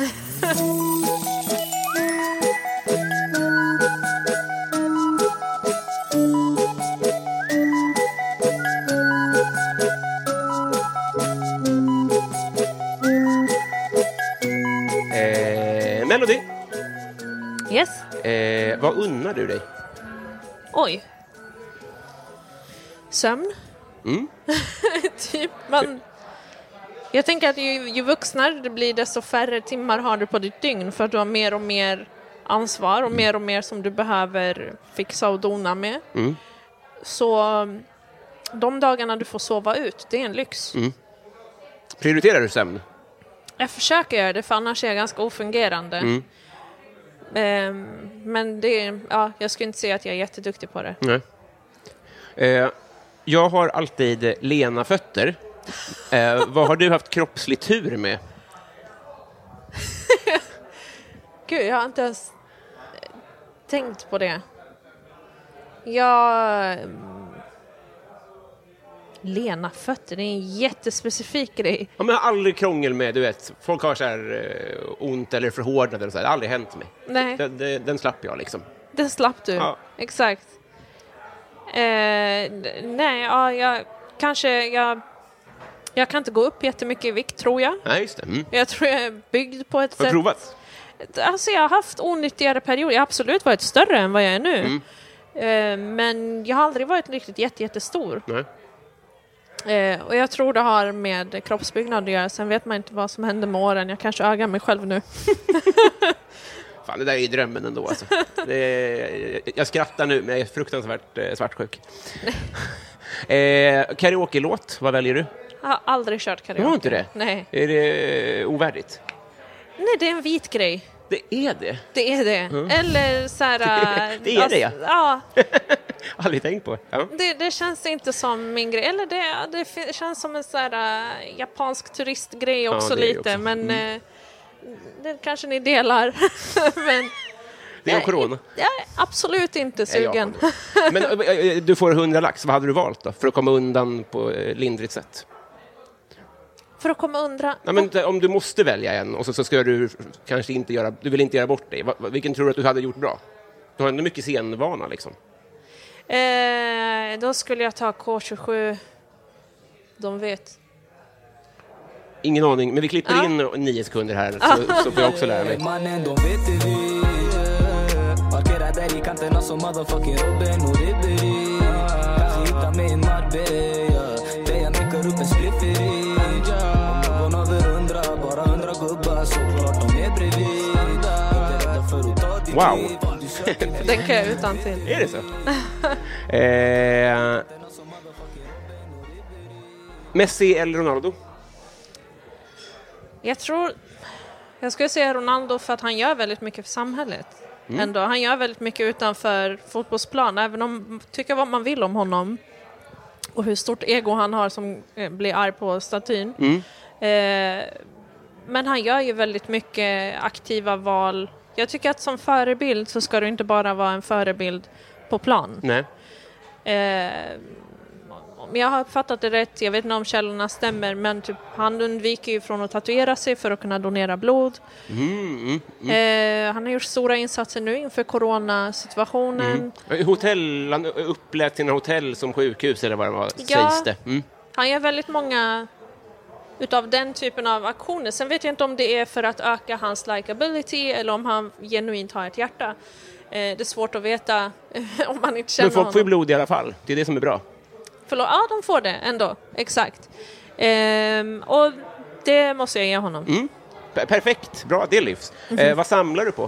eh, Melody. Yes. Eh, vad unnar du dig? Oj. Sömn. Mm. typ man... Jag tänker att ju, ju vuxnare det blir desto färre timmar har du på ditt dygn för att du har mer och mer ansvar och mer och mer som du behöver fixa och dona med. Mm. Så de dagarna du får sova ut, det är en lyx. Mm. Prioriterar du sömn? Jag försöker göra det, för annars är jag ganska ofungerande. Mm. Um, men det, ja, jag skulle inte säga att jag är jätteduktig på det. Nej. Eh, jag har alltid lena fötter. Eh, vad har du haft kroppslig tur med? Gud, jag har inte ens tänkt på det. Jag... Lena fötter, det är en jättespecifik grej. Ja, men jag har aldrig krångel med, du vet, folk har så här eh, ont eller förhårdnad eller så här. Det har aldrig hänt mig. Nej. Den, den, den slapp jag liksom. Den slapp du, ja. Exakt. Eh, nej, ja, jag kanske, jag, jag kan inte gå upp jättemycket i vikt, tror jag. Nej, just det. Mm. Jag tror jag är byggd på ett har sätt. Har du provat? Alltså jag har haft onyttigare perioder. Jag har absolut varit större än vad jag är nu. Mm. Eh, men jag har aldrig varit riktigt jätte, jättestor. Nej. Eh, och jag tror det har med kroppsbyggnad att göra. Sen vet man inte vad som händer med åren. Jag kanske ögar mig själv nu. Fan, det där är ju drömmen ändå. Alltså. Det är, jag skrattar nu, men jag är fruktansvärt eh, svartsjuk. eh, karaoke-låt, vad väljer du? Jag har aldrig kört karaoke. Du har inte det? Nej. Är det ovärdigt? Nej, det är en vit grej. Det är det? Det är det. Mm. Eller så här... det är alltså, det, ja. Ja. Aldrig tänkt på. Ja. Det, det känns inte som min grej. Eller det, det känns som en så här uh, japansk turistgrej också ja, lite. Också. Men mm. uh, det kanske ni delar. Men... Det är en corona. Jag är absolut inte sugen. Ja, men uh, du får hundra lax. Vad hade du valt då? För att komma undan på uh, lindrigt sätt. För att komma undra... Ja, men om du måste välja en och så, så ska du kanske inte göra... Du vill inte göra bort dig. Va, vilken tror du att du hade gjort bra? Du har ändå mycket scenvana liksom. Eh, då skulle jag ta K tjugosju. De vet. Ingen aning, men vi klipper ja. in nio sekunder här så, så får jag också lära mig. Mannen, de vet det vi. Parkera där i kanterna som motherfucking Robin och Ribéry. Kanske hitta mig i Marbella. Där jag mekar upp en splifferi. Wow. Den kan jag utan till. Är det så? eh, Messi eller Ronaldo? Jag tror jag skulle säga Ronaldo för att han gör väldigt mycket för samhället. Mm. Ändå. Han gör väldigt mycket utanför fotbollsplan. Även om tycker vad man vill om honom och hur stort ego han har som blir arg på statyn. Mm. Eh, men han gör ju väldigt mycket aktiva val. Jag tycker att som förebild så ska du inte bara vara en förebild på plan. Nej. Eh, om jag har uppfattat det rätt, jag vet inte om källorna stämmer, men typ, han undviker ju från att tatuera sig för att kunna donera blod. Mm, mm, mm. Eh, han har gjort stora insatser nu inför coronasituationen. Mm. Hotell, han upplät sina hotell som sjukhus eller vad det var, ja, sägs det. Mm. Han gör väldigt många... utav den typen av aktioner. Sen vet jag inte om det är för att öka hans likability eller om han genuint har ett hjärta. Eh, det är svårt att veta om man inte känner men folk honom. får ju blod i alla fall. Det är det som är bra. Förlåt, ja, de får det ändå. Exakt. Eh, och det måste jag ge honom. Mm. Per- perfekt. Bra, det livs. Mm-hmm. Eh, vad samlar du på?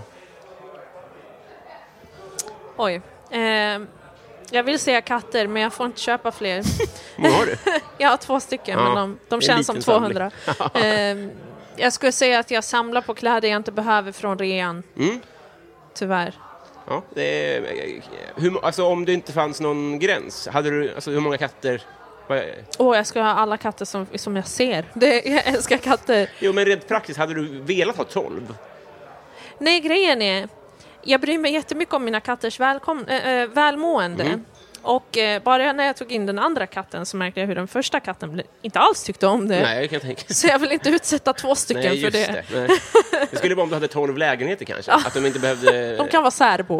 Oj. Eh, Jag vill säga katter, men jag får inte köpa fler. Vad har du? Jag har två stycken, ja, men de, de känns som tvåhundra. eh, jag skulle säga att jag samlar på kläder jag inte behöver från rean. Mm. Tyvärr. Ja, det är, hur, alltså, om det inte fanns någon gräns, hade du, alltså, hur många katter? Åh, oh, jag ska ha alla katter som, som jag ser. Det, jag älskar katter. Jo, men rent praktiskt, hade du velat ha tolv? Nej, grejen är... Jag bryr mig jättemycket om mina katters välkom- äh, välmående. Mm. Och äh, bara när jag tog in den andra katten så märkte jag hur den första katten inte alls tyckte om det. Nej, jag kan tänka. Så jag vill inte utsätta två stycken. Nej, för det. Det. Nej. Det skulle vara om du hade tolv lägenheter kanske. Att de inte behövde... De kan vara särbo.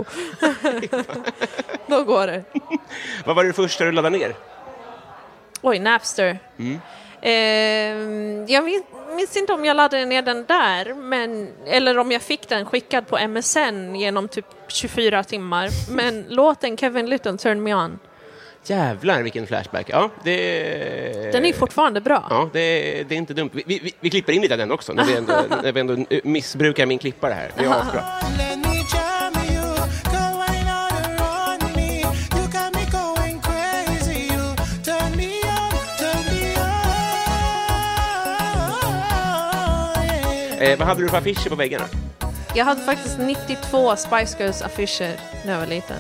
Då går det. Vad var det första du laddade ner? Oj, Napster. Mm. Eh, jag minns, minns inte om jag laddade ner den där, men, eller om jag fick den skickad på M S N genom typ tjugofyra timmar. Men låten Kevin Lytton, Turn Me On. Jävlar, vilken flashback. Ja, det... Den är fortfarande bra. Ja, det, det är inte dumt. Vi, vi, vi klipper in lite av den också, när vi ändå, när vi ändå missbrukar min klippare här. Det är asbra. Eh, vad hade du för affischer på väggarna? Jag hade faktiskt nittiotvå Spice Girls affischer när jag var liten.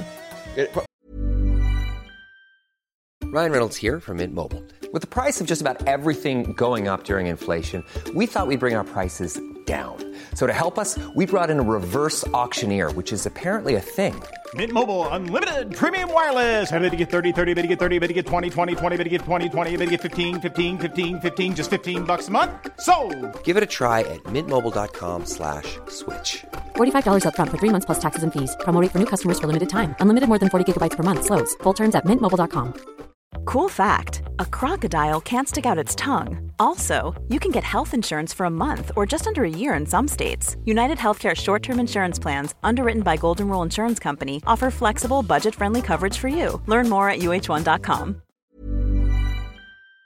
Ryan Reynolds here from Mint Mobile. With the price of just about everything going up during inflation, we thought we'd bring our prices down. So to help us, we brought in a reverse auctioneer, which is apparently a thing. Mint Mobile Unlimited Premium Wireless. How to get thirty, thirty, how to get thirty, how to get twenty, twenty, twenty, how to get twenty, twenty, how to get fifteen, fifteen, fifteen, fifteen, just fifteen bucks a month? Sold! Give it a try at mintmobile.com slash switch. forty-five dollars up front for three months plus taxes and fees. Promo rate for new customers for limited time. Unlimited more than forty gigabytes per month. Slows full terms at mint mobile dot com. Cool fact, a crocodile can't stick out its tongue. Also, you can get health insurance for a month or just under a year in some states. United Healthcare short-term insurance plans, underwritten by Golden Rule Insurance Company, offer flexible, budget-friendly coverage for you. Learn more at U H one dot com.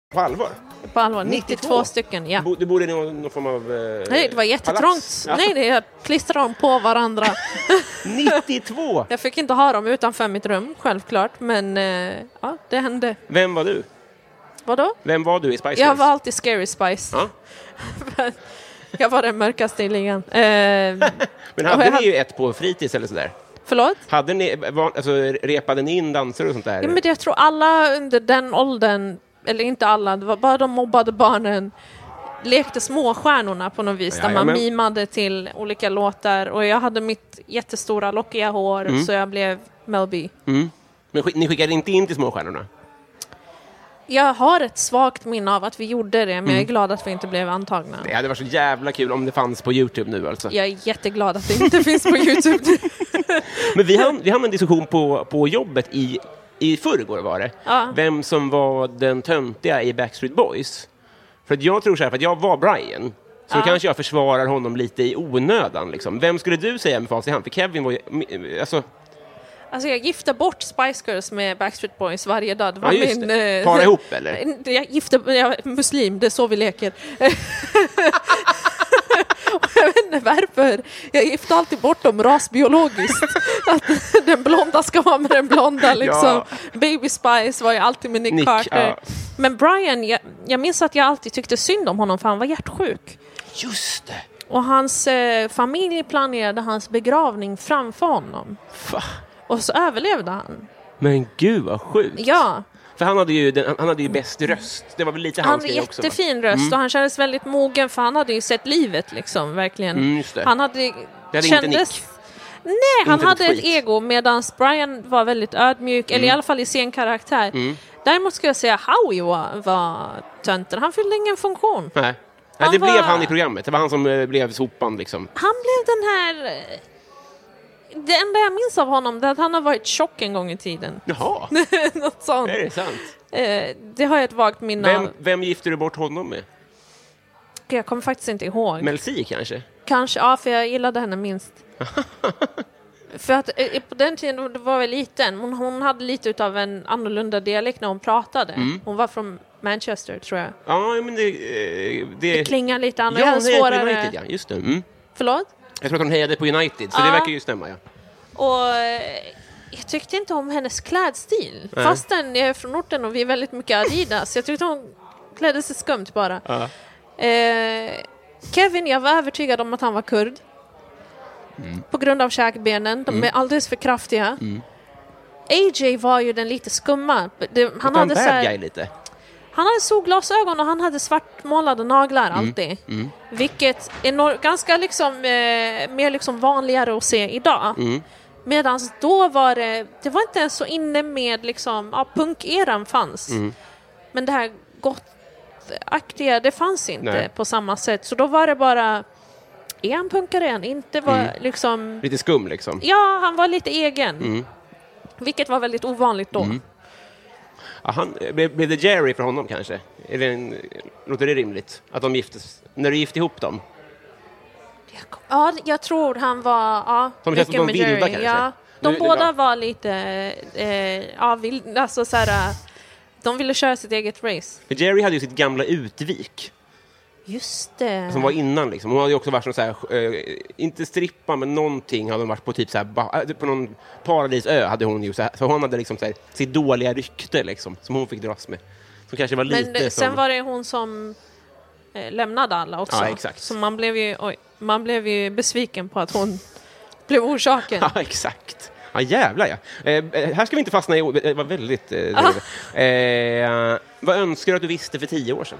På allvar? På allvar, nittiotvå stycken, ja. Du bodde i någon, någon form av eh, Nej, det var jättetrångt. Ja. Nej, det är klistrade dem på varandra. nittiotvå? Jag fick inte ha dem utanför mitt rum, självklart. Men eh, ja, det hände. Vem var du? Vadå? Vem var du i Spice Girls? Jag var alltid Scary Spice. Ja. Jag var den mörkaste i ligan. Eh, Men hade ni hade... ju ett på fritids eller sådär? Förlåt? Hade ni, var, alltså, repade ni in danser och sånt där? Ja, men jag tror alla under den åldern, eller inte alla, det var bara de mobbade barnen, lekte småstjärnorna på något vis. Ja, där man men... mimade till olika låtar. Och jag hade mitt jättestora lockiga hår, mm. så jag blev Mel B. Mm. Men sk- ni skickade inte in till småstjärnorna? Jag har ett svagt minne av att vi gjorde det, men mm. jag är glad att vi inte blev antagna. Det hade varit så jävla kul om det fanns på YouTube nu alltså. Jag är jätteglad att det inte finns på YouTube nu. Men vi hade, vi hade en diskussion på, på jobbet i, i förrgår var det. Ja. Vem som var den töntiga i Backstreet Boys. För att jag tror så här, för att jag var Brian. Så ja. kanske jag försvarar honom lite i onödan. Liksom. Vem skulle du säga med fast i hand? För Kevin var ju... Alltså, Alltså jag gifte bort Spice Girls med Backstreat Boys varje dag. Det var ja, just min, det. Eh, Para ihop eller? Jag gifte, jag är muslim, det är så vi leker. Jag vet inte varför. Jag gifte alltid bort dem rasbiologiskt. Att den blonda ska vara med den blonda liksom. Ja. Baby Spice var ju alltid med Nick, Nick Carter. ja. Men Brian, jag, jag minns att jag alltid tyckte synd om honom för han var hjärtsjuk. Just det. Och hans eh, familj planerade hans begravning framför honom. Fa. Och så överlevde han. Men gud vad sjukt. Ja. För han hade ju, den, han hade ju bäst röst. Det var väl lite han hans hade grej också. Han hade jättefin röst mm. och han kändes väldigt mogen för han hade ju sett livet liksom, verkligen. Mm, just det. Han hade, det hade kändes... inte Nick. Nej, han inte hade ett ett ego medan Brian var väldigt ödmjuk, mm. eller i alla fall i sin karaktär. Mm. Däremot ska jag säga Howie var, var tönten. Han fyllde ingen funktion. Nej. Nej, det var... blev han i programmet. Det var han som uh, blev sopan liksom. Han blev den här... Det enda jag minns av honom är att han har varit tjock en gång i tiden. Jaha. Något sånt. Är det sant? Eh, det har jag ett vagt minne vem, av. Vem gifte du bort honom med? Jag kommer faktiskt inte ihåg. Mel C kanske? Kanske, ja, för jag gillade henne minst. För att eh, på den tiden, det var väl liten, hon, hon hade lite utav en annorlunda dialekt när hon pratade. Mm. Hon var från Manchester, tror jag. Ja, men det... Det, det klingar lite annorlunda. Ja, hon svårare... hejade på United, ja. Just det. Mm. Förlåt? Jag tror att hon hejade på United, så ja. Det verkar ju stämma, ja. Och jag tyckte inte om hennes klädstil. Nej. Fastän jag är från orten och vi är väldigt mycket Adidas. Jag tyckte hon klädde sig skumt bara. Ja. Eh, Kevin, jag var övertygad om att han var kurd. Mm. På grund av käkbenen. De mm. är alldeles för kraftiga. Mm. A J var ju den lite skumma. Det, han hade så här, lite. Han hade solglasögon och han hade svartmålade naglar mm. alltid. Mm. Vilket är no- ganska liksom, eh, mer liksom vanligare att se idag. Mm. Medan då var det, det var inte så inne med liksom, ja, punkeran fanns. Mm. Men det här gottaktiga, det fanns inte Nej. På samma sätt. Så då var det bara, är han punkare än? Inte var mm. liksom... Lite skum liksom. Ja, han var lite egen. Mm. Vilket var väldigt ovanligt då. Mm. Ja, han, blev, blev det Jerry för honom kanske? Är det en, låter det rimligt? Att de giftes, när du gifte ihop dem? Ja, jag tror han var... Ja, de känns som de vilda kanske? Ja, de nu, båda ja. var lite... Eh, ja, vild, alltså så här, de ville köra sitt eget race. För Jerry hade ju sitt gamla utvik. Just det. Som var innan liksom. Hon hade ju också varit så här, eh, inte strippa, men någonting hade hon varit på typ så här, på någon paradisö hade hon ju så här, så hon hade liksom så här, sitt dåliga rykte liksom, som hon fick dras med. Som kanske var lite men sen som... var det hon som eh, lämnade alla också. Ja, exakt. Så man blev ju, oj, man blev ju besviken på att hon blev orsaken. Ja, exakt. Ja, jävlar ja. Eh, här ska vi inte fastna i... Det var väldigt... Eh, eh, vad önskar du att du visste för tio år sedan?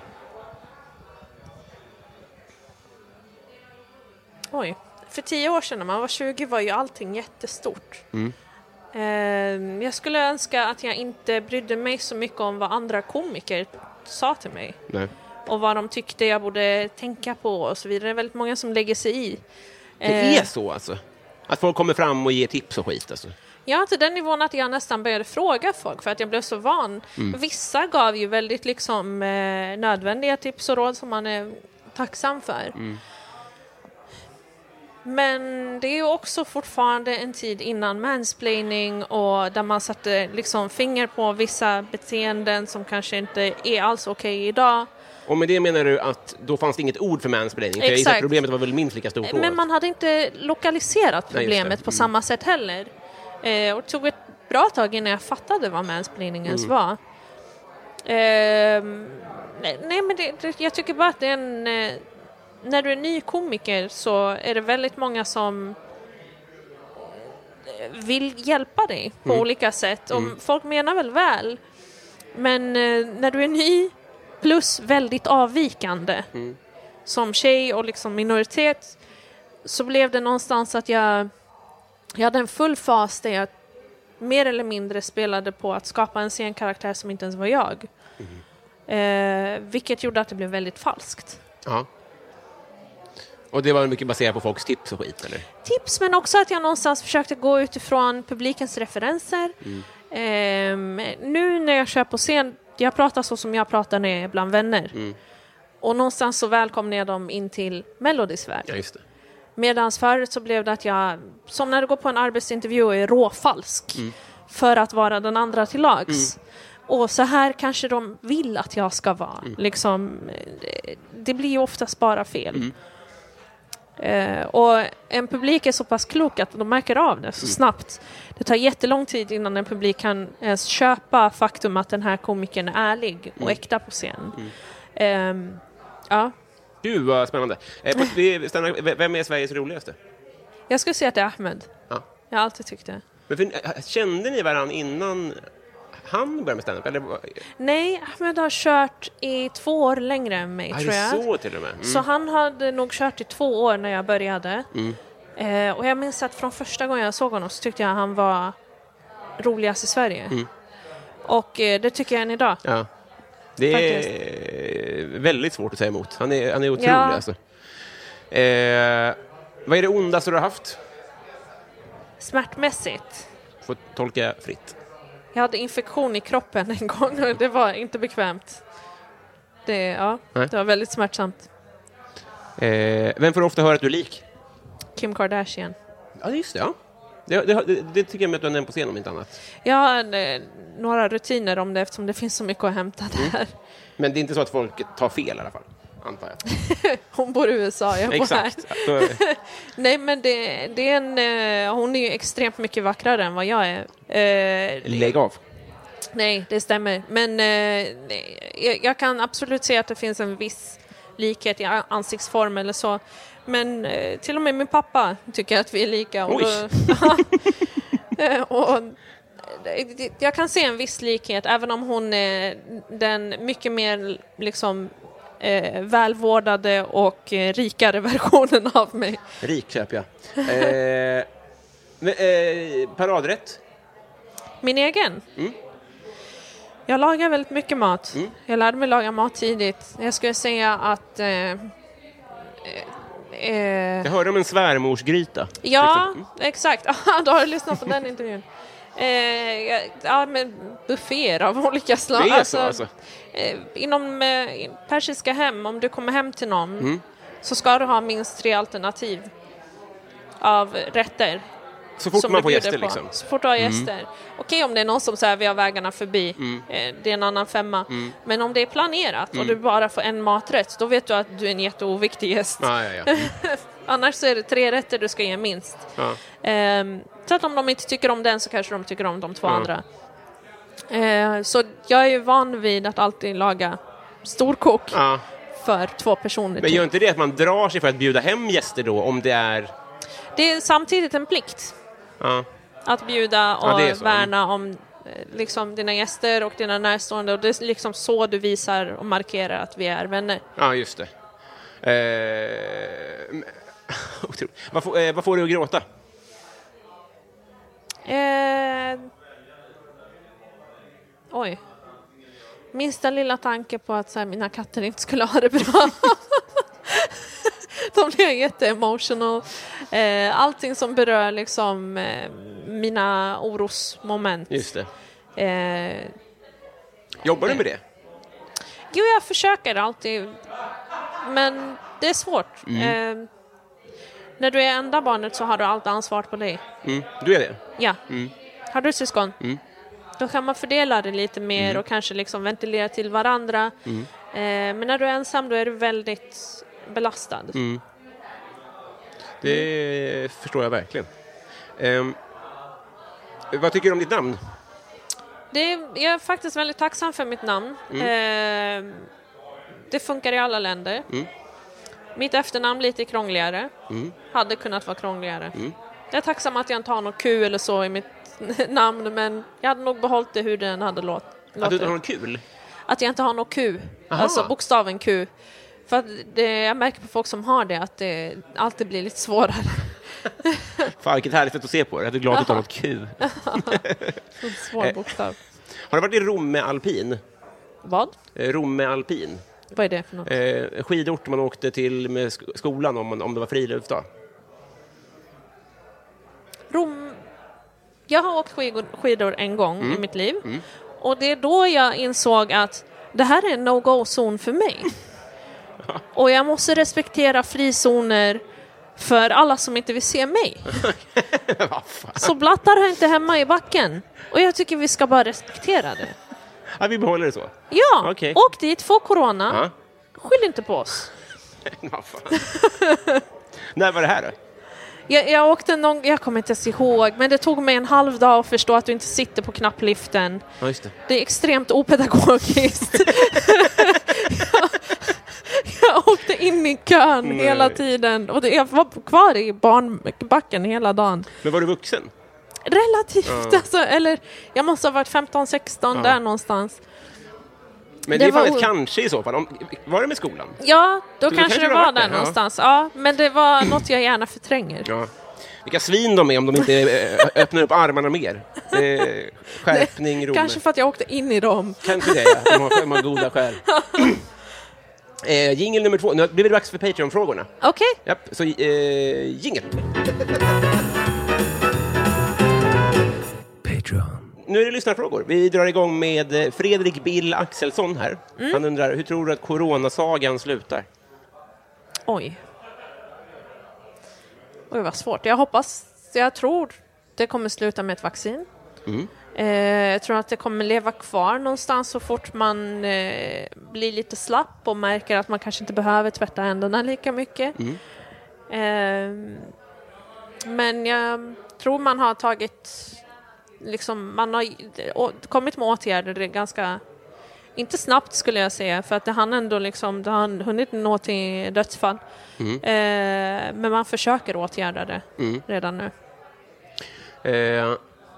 Oj, för tio år sedan när man var tjugo var ju allting jättestort. Mm. Eh, jag skulle önska att jag inte brydde mig så mycket om vad andra komiker sa till mig. Nej. Och vad de tyckte jag borde tänka på och så vidare. Det är väldigt många som lägger sig i. Det är eh, så alltså? Att folk kommer fram och ger tips och skit alltså? Ja, till den nivån att jag nästan började fråga folk för att jag blev så van. Mm. Vissa gav ju väldigt liksom eh, nödvändiga tips och råd som man är tacksam för. Mm. Men det är ju också fortfarande en tid innan mansplaining och där man satte liksom finger på vissa beteenden som kanske inte är alls okej okay idag. Och med det menar du att då fanns det inget ord för mansplaining? För Exakt. Problemet var väl minst lika stort då? Men man hade inte lokaliserat problemet Nej, på mm. samma sätt heller. Eh, och det tog ett bra tag innan jag fattade vad mansplaining ens mm. var. Eh, nej, men det, det, jag tycker bara att det är en... Eh, när du är ny komiker så är det väldigt många som vill hjälpa dig på mm. olika sätt. Och mm. folk menar väl väl. Men eh, när du är ny plus väldigt avvikande mm. som tjej och liksom minoritet, så blev det någonstans att jag, jag hade en full fas där jag mer eller mindre spelade på att skapa en scenkaraktär som inte ens var jag. Mm. Eh, vilket gjorde att det blev väldigt falskt. Ja. Och det var mycket baserat på folks tips och skit, eller? Tips, men också att jag någonstans försökte gå utifrån publikens referenser. Mm. Eh, nu när jag kör på scen, jag pratar så som jag pratar när jag är bland vänner. Mm. Och någonstans så välkomnar jag dem in till Melodys värld. Ja, just det. Medan förut så blev det att jag, som när du går på en arbetsintervju och är råfalsk mm. för att vara den andra till lags. Mm. Och så här kanske de vill att jag ska vara. Mm. Liksom, det blir ju oftast bara fel. Mm. Uh, och en publik är så pass klok att de märker av det så mm. snabbt. Det tar jättelång tid innan en publik kan ens köpa faktum att den här komikern är ärlig och mm. äkta på scen. Mm. Um, ja. Gud vad spännande. Vem är Sveriges roligaste? Jag skulle säga att det är Ahmed. Ja. Jag har alltid tyckt det. Men för, kände ni varandra innan han började med stand-up? Eller? Nej, Ahmed har kört i två år längre än mig, ah, tror jag. Så till och med. Mm. Så han hade nog kört i två år när jag började. Mm. Eh, och jag minns att från första gången jag såg honom så tyckte jag att han var roligast i Sverige. Mm. Och eh, det tycker jag än idag. Ja. Det Faktiskt. är väldigt svårt att säga emot. Han är, han är otrolig. Ja. Alltså. Eh, vad är det ondaste du har haft? Smärtmässigt. Får tolka fritt. Jag hade infektion i kroppen en gång och det var inte bekvämt. Det, ja, det var väldigt smärtsamt. Eh, vem får ofta höra att du är lik? Kim Kardashian. Ja, just det. Ja. Det, det, det, det tycker jag med att du har nämnt på scen om inte annat. Jag har eh, några rutiner om det eftersom det finns så mycket att hämta där. Mm. Men det är inte så att folk tar fel i alla fall, antar jag. Hon bor i U S A, jag bor Exakt. här. Nej, men det, det är en, eh, hon är ju extremt mycket vackrare än vad jag är. Eh, Lägg av. Nej, det stämmer. Men eh, jag, jag kan absolut se att det finns en viss likhet i ansiktsform eller så. Men eh, till och med min pappa tycker att vi är lika. Och, då, och jag kan se en viss likhet, även om hon är den mycket mer liksom eh, välvårdade och eh, rikare versionen av mig. Rik köper jag. eh, men, eh, paradrätt? Min egen? Mm. Jag lagar väldigt mycket mat. Mm. Jag lärde mig laga mat tidigt. Jag skulle säga att... Eh, eh, jag hörde om en svärmorsgryta. Ja, mm. exakt. Då har du lyssnat på den intervjun. Eh, ja, men bufféer av olika slag. Det är så, alltså, alltså. Eh, inom eh, persiska hem, om du kommer hem till någon mm. så ska du ha minst tre alternativ av rätter. Så fort man får gäster liksom. Så fort du har gäster. Mm. Okej, om det är någon som säger vi har vägarna förbi. Mm. Eh, det är en annan femma. Mm. Men om det är planerat mm. och du bara får en maträtt, då vet du att du är en jätteoviktig gäst. Ah, ja, ja. Annars så är det tre rätter du ska ge minst. Ja. Eh, så att om de inte tycker om den så kanske de tycker om de två ja. andra. Eh, så jag är ju van vid att alltid laga storkok ja. för två personer. Men gör inte det att man drar sig för att bjuda hem gäster då, om det är... Det är samtidigt en plikt. Ja. Att bjuda och ja, värna om liksom dina gäster och dina närstående, och det är liksom så du visar och markerar att vi är vänner. Ja, just det. Eh, vad, får, eh, vad får du att gråta? Eh, oj. Minsta lilla tanke på att så här, mina katter inte skulle ha det bra. De blir jätteemotional. Eh, allting som berör liksom eh, mina orosmoment. Just det. Eh, Jobbar du med det? Jo, jag försöker alltid. Men det är svårt. Mm. Eh, när du är enda barnet så har du allt ansvar på dig. Mm. Du är det? Ja. Mm. Har du syskon? Mm. Då kan man fördela det lite mer mm. och kanske liksom ventilera till varandra. Mm. Eh, men när du är ensam då är du väldigt belastad. Mm. Det mm. förstår jag verkligen. Um, vad tycker du om ditt namn? Det är, jag är faktiskt väldigt tacksam för mitt namn. Mm. Eh, det funkar i alla länder. Mm. Mitt efternamn lite krångligare. Mm. Hade kunnat vara krångligare. Mm. Jag är tacksam att jag inte har något Q eller så i mitt namn, men jag hade nog behållit det hur den hade låt, låtit. Att du inte har något kul? Att jag inte har något Q. Aha. Alltså bokstaven Q. För att det, jag märker på folk som har det att det alltid blir lite svårare. Fan, vilket härligt sätt att se på det. Jag är glad att du inte har något Q. Svår bokstav. Har du varit i Romme alpin? Vad? Romme alpin. Vad är det för något? Eh, skidort man åkte till med skolan om, om det var friluftsdag. Rom... Jag har åkt skidor, skidor en gång mm. i mitt liv. Mm. Och det är då jag insåg att det här är en no-go-zon för mig. Och jag måste respektera frizoner för alla som inte vill se mig. Så blattar har inte hemma i backen. Och jag tycker vi ska bara respektera det. Ja, vi behåller det så. Ja, okay. Åk dit, få corona. Ja. Skyll inte på oss. När var det här då? Jag, jag åkte någon, jag kommer inte ens ihåg, men det tog mig en halv dag att förstå att du inte sitter på knappliften. Ja, just det. Det är extremt opedagogiskt. jag, jag åkte in i kön Nej. hela tiden och det, jag var kvar i barnbacken hela dagen. Men var du vuxen? Relativt, ja. alltså, eller jag måste ha varit femton sexton ja. där någonstans. Men det, det var ett kanske i så fall. Var det med skolan? Ja, då, då kanske det var där, där någonstans. Ja. ja, men det var något jag gärna förtränger. Ja. Vilka svin de är om de inte öppnar upp armarna mer. Eh, skärpning, Romer. Kanske för att jag åkte in i dem. Kanske det, ja. De har, de har goda skäl. eh, jingle nummer två. Nu blir det dags för Patreon-frågorna. Okej. Okay. Japp, så eh, jingle. Patreon. Nu är det lyssnarfrågor. Vi drar igång med Fredrik Bill Axelsson här. Mm. Han undrar, hur tror du att coronasagan slutar? Oj. Oj, vad svårt. Jag hoppas, jag tror det kommer sluta med ett vaccin. Mm. Eh, jag tror att det kommer leva kvar någonstans så fort man eh, blir lite slapp och märker att man kanske inte behöver tvätta händerna lika mycket. Mm. Eh, men jag tror man har tagit... Liksom, man har kommit med åtgärder det är ganska inte snabbt skulle jag säga för att det hann ändå liksom det har hunnit nå till dödsfall mm. eh, men man försöker åtgärda det mm. redan nu. eh,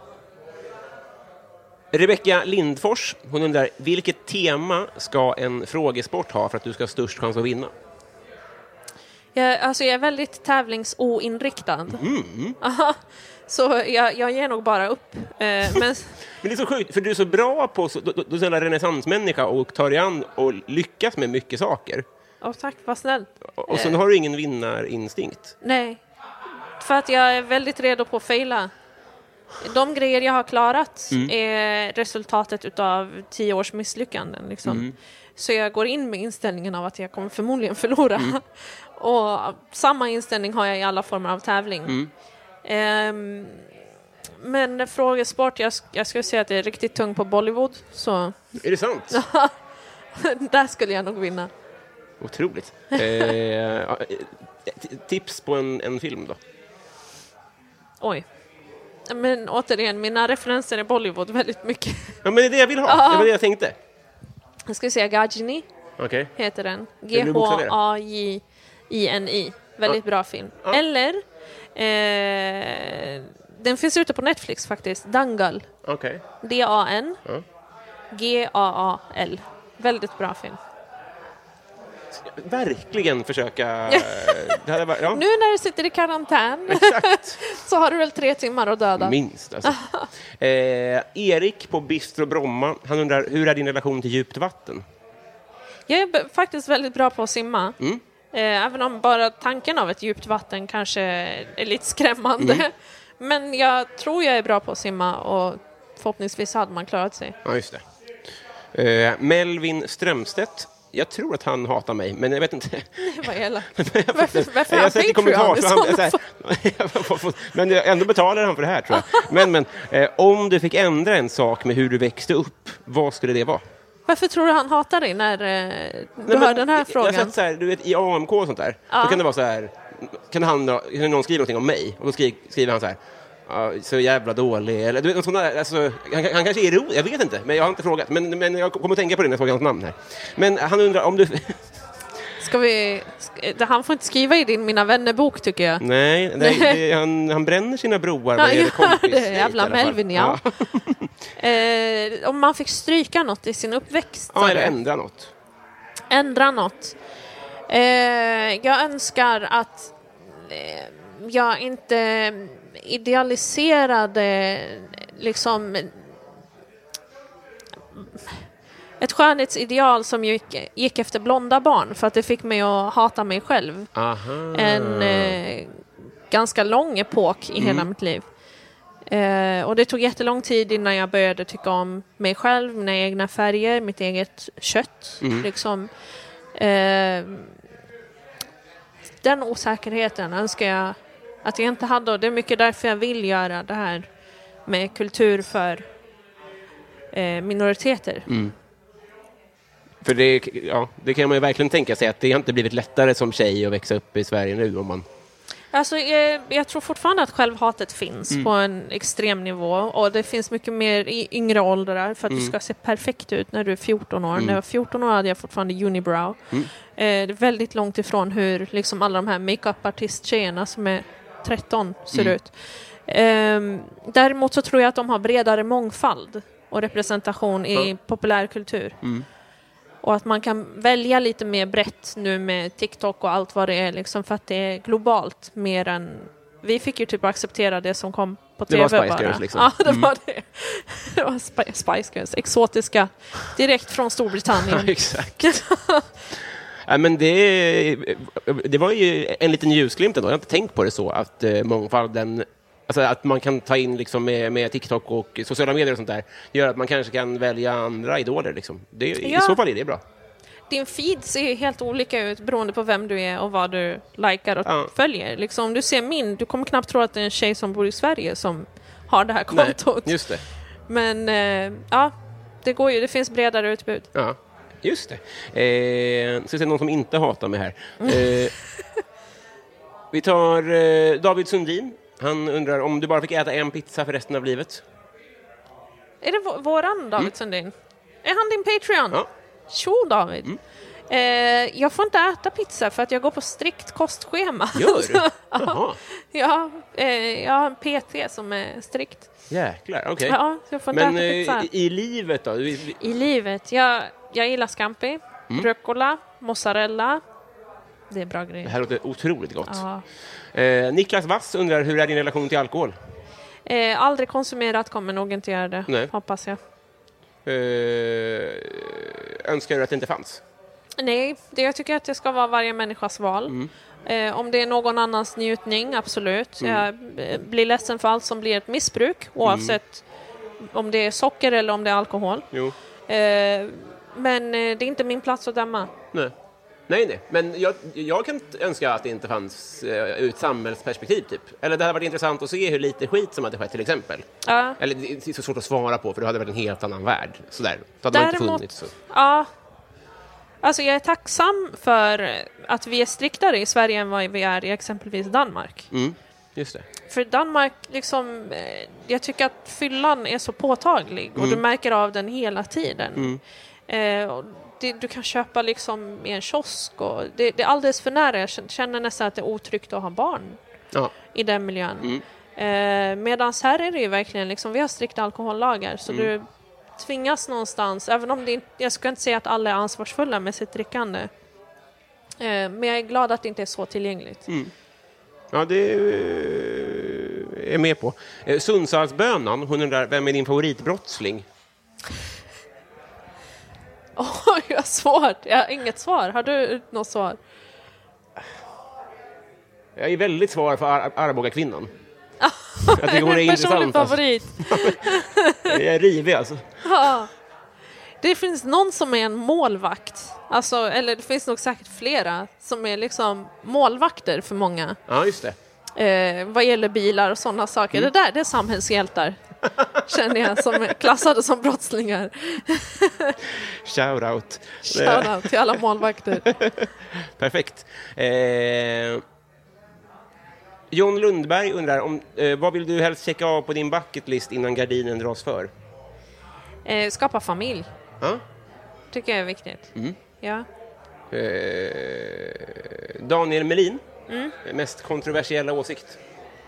Rebecka Lindfors, hon undrar, vilket tema ska en frågesport ha för att du ska ha störst chans att vinna? Jag, alltså jag är väldigt tävlingsoinriktad. Mm. Aha. Så jag, jag ger nog bara upp. Eh, men... men det är så sjukt, för du är så bra på så, du, du är en renässansmänniska och tar dig an och lyckas med mycket saker. Åh, tack, vad snällt. Och, och sen har du ingen vinnarinstinkt. Nej, för att jag är väldigt redo på att fejla. De grejer jag har klarat mm. är resultatet av tio års misslyckanden. Liksom. Mm. Så jag går in med inställningen av att jag kommer förmodligen förlora. Mm. Och samma inställning har jag i alla former av tävling. Mm. Um, men frågesport, jag, jag skulle säga att det är riktigt tung på Bollywood. Så. Är det sant? Där skulle jag nog vinna. Otroligt. eh, tips på en, en film då? Oj. Men återigen, mina referenser är Bollywood väldigt mycket. Ja, men det är det jag vill ha. Det var det jag tänkte. Jag skulle säga Gajini. Okay. Heter den. G H A J I N I. Väldigt ja. bra film. Ja. Eller eh, den finns ute på Netflix faktiskt. Dangal. Okay. D A N ja. G A A L. Väldigt bra film. Verkligen försöka det hade varit, ja. Nu när du sitter i karantän Exakt. Så har du väl tre timmar att döda. Minst alltså. eh, Erik på Bistro Bromma, han undrar, hur är din relation till djupt vatten? Jag är b- faktiskt väldigt bra på att simma. Mm. eh, Även om bara tanken av ett djupt vatten kanske är lite skrämmande. Mm. Men jag tror jag är bra på att simma. Och förhoppningsvis hade man klarat sig. Ja, just det. eh, Melvin Strömstedt, jag tror att han hatar mig, men jag vet inte. Nej, vad elak. varför, varför, varför jag är han sätter Patreon i kommentar, sådana fall? Men ändå betalar han för det här, tror jag. Men, men eh, om du fick ändra en sak med hur du växte upp, vad skulle det vara? Varför tror du han hatar dig när eh, du Nej, hör den här jag, frågan? Jag har sett så här, du vet, i A M K och sånt där, Ja. då kan det vara så här, kan, han, kan någon skriva någonting om mig, och då skriver, skriver han så här, ja, så jävla dålig, eller du vet, sån där, alltså, han, han kanske är rolig, jag vet inte, men jag har inte frågat, men, men jag kommer att tänka på det när jag såg hans namn här. Men han undrar om du... Ska vi... Ska, han får inte skriva i din Mina vänner-bok, tycker jag. Nej, det, det, han, han bränner sina broar. Ja, ja, kompis, det är jävla Melvin, ja. ja. eh, om man fick stryka något i sin uppväxt. Ja, eller ändra något. Ändra något. Eh, jag önskar att eh, jag inte idealiserade liksom ett skönhetsideal som gick, gick efter blonda barn, för att det fick mig att hata mig själv. Aha. En eh, ganska lång epok i mm. hela mitt liv. Eh, och det tog jättelång tid innan jag började tycka om mig själv, mina egna färger, mitt eget kött. Mm. Liksom. Eh, den osäkerheten önskar jag att jag inte hade, och det är mycket därför jag vill göra det här med kultur för eh, minoriteter. Mm. För det, ja, det kan man ju verkligen tänka sig, att det har inte blivit lättare som tjej att växa upp i Sverige nu. Om man... Alltså, jag, jag tror fortfarande att självhatet finns mm. på en extrem nivå, och det finns mycket mer i yngre åldrar för att mm. du ska se perfekt ut när du är fjorton år. Mm. När jag var fjorton år hade jag fortfarande unibrow. Mm. Eh, det är väldigt långt ifrån hur liksom alla de här makeup-artist-tjejerna som är tretton ser mm. ut. Eh, däremot så tror jag att de har bredare mångfald och representation i mm. populärkultur. Mm. Och att man kan välja lite mer brett nu med TikTok och allt vad det är, liksom, för att det är globalt mer än... Vi fick ju typ acceptera det som kom på T V. Det var Spice bara. Girls liksom. Ja, det mm. var det. Det var Sp- Spice Girls, exotiska, direkt från Storbritannien. Ja, exakt. Ja, men det, det var ju en liten ljusglimt ändå. Jag har inte tänkt på det så, att uh, mångfalden... Alltså att man kan ta in liksom med, med TikTok och sociala medier och sånt där, gör att man kanske kan välja andra idoler. Liksom. Det, ja. I så fall är det bra. Din feed ser helt olika ut beroende på vem du är och vad du likar och ja. följer. Liksom, om du ser min, du kommer knappt tro att det är en tjej som bor i Sverige som har det här kontot. Nej, just det. Men eh, ja, det går ju, det finns bredare utbud. Ja, just det. Eh, så är det någon som inte hatar mig här. Eh, vi tar eh, David Sundin. Han undrar om du bara fick äta en pizza för resten av livet. Är det v- våran David mm. Sundin? Är han din Patreon? Ja. Tjo David. Mm. Eh, jag får inte äta pizza för att jag går på strikt kostschema. Gör du? Jaha. Ja, eh, jag har en P T som är strikt. Jäklar, okej. Okay. Ja, så jag får inte Men äta pizza. Eh, i livet då? Vi... I livet? Jag, jag gillar scampi, mm. rucola, mozzarella. Det är bra grejer. Det här låter otroligt gott. Ja. Eh, Niklas Wass undrar, hur är din relation till alkohol? Eh, aldrig konsumerat, kommer nog inte göra det. Nej. Hoppas jag. Eh, önskar du att det inte fanns? Nej, det, jag tycker att det ska vara varje människas val. Mm. Eh, om det är någon annans njutning, absolut. Mm. Jag eh, blir ledsen för allt som blir ett missbruk, oavsett mm. om det är socker eller om det är alkohol. Jo. Eh, men eh, det är inte min plats att döma. Nej. Nej, nej. Men jag, jag kan önska att det inte fanns uh, ur ett samhällsperspektiv, typ. Eller det hade varit intressant att se hur lite skit som hade skett, till exempel. Ja. Eller det är så svårt att svara på, för det hade varit en helt annan värld. Sådär. Så hade Däremot, man inte funnits. Så. Ja. Alltså jag är tacksam för att vi är striktare i Sverige än vad vi är i exempelvis Danmark. Mm, just det. För Danmark, liksom, jag tycker att fyllan är så påtaglig. Mm. Och du märker av den hela tiden. Mm. Eh, och det, du kan köpa liksom i en kiosk. Och det, det är alldeles för nära. Jag känner nästan att det är otryggt att ha barn ja. i den miljön. Mm. Eh, Medan här är det ju verkligen, liksom, vi har strikta alkohollagar. Så mm. du tvingas någonstans, även om det inte, jag ska inte säga att alla är ansvarsfulla med sitt drickande. Eh, men jag är glad att det inte är så tillgängligt. Mm. Ja, det är med på. Eh, Sundsvallsbönan, hon undrar, vem är din favoritbrottsling? Oj, oh, jag har svårt. Jag har inget svar. Har du något svar? Jag är väldigt svar för Ar- Arboga-kvinnan. Jag tycker hon är intressant. Personlig favorit. Jag är rivig alltså. Ja. Det finns någon som är en målvakt. Alltså, eller det finns nog säkert flera som är liksom målvakter för många. Ja, just det. Eh, vad gäller bilar och sådana saker. Mm. Det där, det är samhällshjältar. Känner jag, som är klassade som brottslingar. Shout out. Shout out till alla målvakter. Perfekt. Eh, John Lundberg undrar om, eh, vad vill du helst checka av på din bucket list innan gardinen dras för? Eh, skapa familj. Ja. Tycker jag är viktigt. Mm. Ja. Eh, Daniel Melin. Mm. Mest kontroversiella åsikt?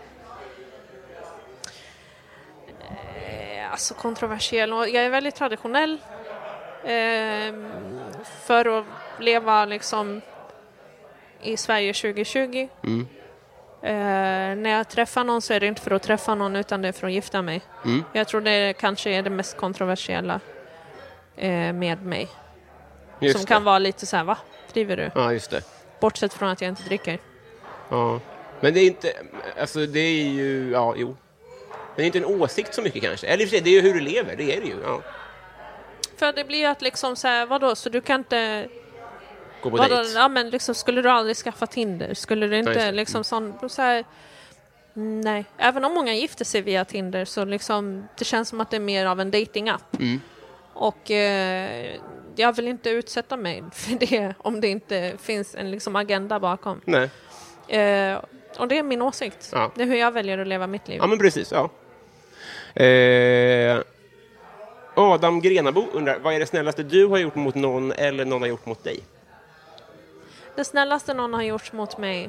Eh, alltså kontroversiell. Jag är väldigt traditionell. Eh, för att leva liksom i Sverige tjugo tjugo. Mm. Eh, när jag träffar någon så är det inte för att träffa någon utan det är för att gifta mig. Mm. Jag tror det kanske är det mest kontroversiella eh, med mig. Just som det. kan vara lite så här, va? Driver du? Ja, just det. Bortsett från att jag inte dricker. Ja. Men det är inte, alltså det är ju, ja, jo. Det är inte en åsikt så mycket kanske. Eller i och för sig, det är ju hur du lever, det är det ju, ja. För det blir ju att liksom så här, vadå? Så du kan inte... Gå på vadå, dejt. ja, men liksom, skulle du aldrig skaffa Tinder? Skulle du inte Nej, liksom sån... Så här, nej. Även om många gifter sig via Tinder så liksom, det känns som att det är mer av en dating-app. Mm. Och eh, jag vill inte utsätta mig för det om det inte finns en liksom agenda bakom. Nej. Eh, och det är min åsikt. Ja. Det är hur jag väljer att leva mitt liv. Ja, men precis, ja. Eh, Adam Grenabo undrar, vad är det snällaste du har gjort mot någon eller någon har gjort mot dig? Det snällaste någon har gjort mot mig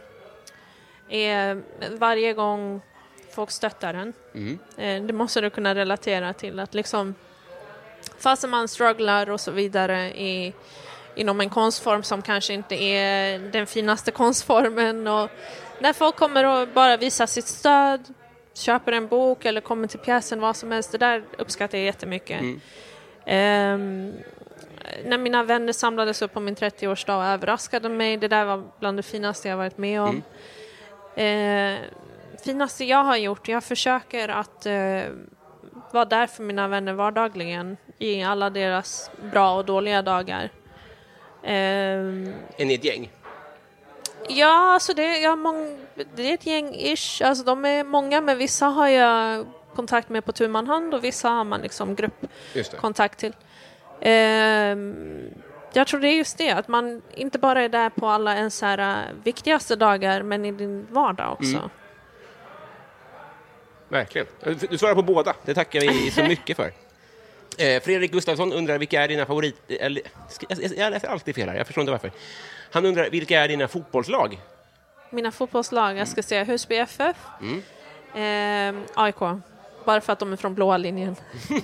är varje gång folk stöttar en. Mm. Eh, det måste du kunna relatera till. Att liksom, fast man strugglar och så vidare i, inom en konstform som kanske inte är den finaste konstformen. Och när folk kommer och bara visar sitt stöd, köper en bok eller kommer till pjäsen, vad som helst, det där uppskattar jag jättemycket. Mm. Um, när mina vänner samlades upp på min trettioårsdag och överraskade mig, det där var bland det finaste jag varit med om. Mm. Uh, finaste jag har gjort, jag försöker att uh, vara där för mina vänner vardagligen i alla deras bra och dåliga dagar. Uh, Är ni ett gäng? Ja, alltså det, jag mång, det är ett gäng-ish. Alltså de är många, men vissa har jag kontakt med på tu man hand och vissa har man liksom gruppkontakt till. Ehm, jag tror det är just det, att man inte bara är där på alla ens här uh, viktigaste dagar, men i din vardag också. Mm. Verkligen. Du svarar på båda. Det tackar vi så mycket för. Eh, Fredrik Gustafsson undrar vilka är dina favorit... Eller, jag läser alltid fel här, jag förstår inte varför. Han undrar vilka är dina fotbollslag? Mina fotbollslag, jag ska säga Husby F F, mm. eh, A I K. Bara för att de är från blåa linjen.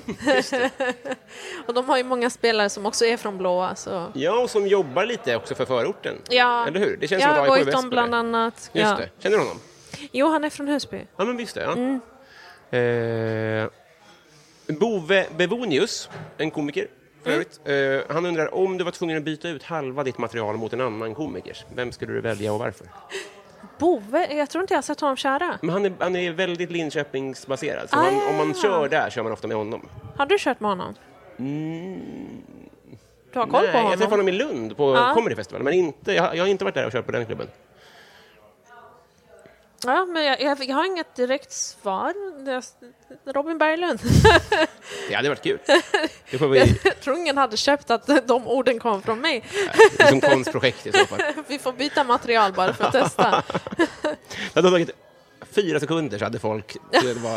Och de har ju många spelare som också är från blåa. Så. Ja, och som jobbar lite också för förorten. Ja, eller hur? Det känns ja, som att A I K är Goitom bland annat. Just ja. det. Känner du honom? Jo, han är från Husby. Ja, men visst det. Ja. Mm. Eh, Bove Bevonius, en komiker förut, mm. eh, han undrar om du var tvungen att byta ut halva ditt material mot en annan komikers. Vem skulle du välja och varför? Bove? Jag tror inte jag har sett honom köra. Men han är, han är väldigt Linköpingsbaserad. Så ah, man, om man kör där kör man ofta med honom. Har du kört med honom? Mm. Du har koll Nej, på honom? jag träffade honom i Lund på ah. Comedy Festival. Men inte, jag, jag har inte varit där och kört på den klubben. Ja, men jag, jag, jag har inget direkt svar. Robin Berglund. Det hade varit kul. Det får vi... Jag tror ingen hade köpt att de orden kom från mig. Det är som konstprojekt i så fall. Vi får byta material bara för att testa. Det hade tagit fyra sekunder så hade folk... Det var...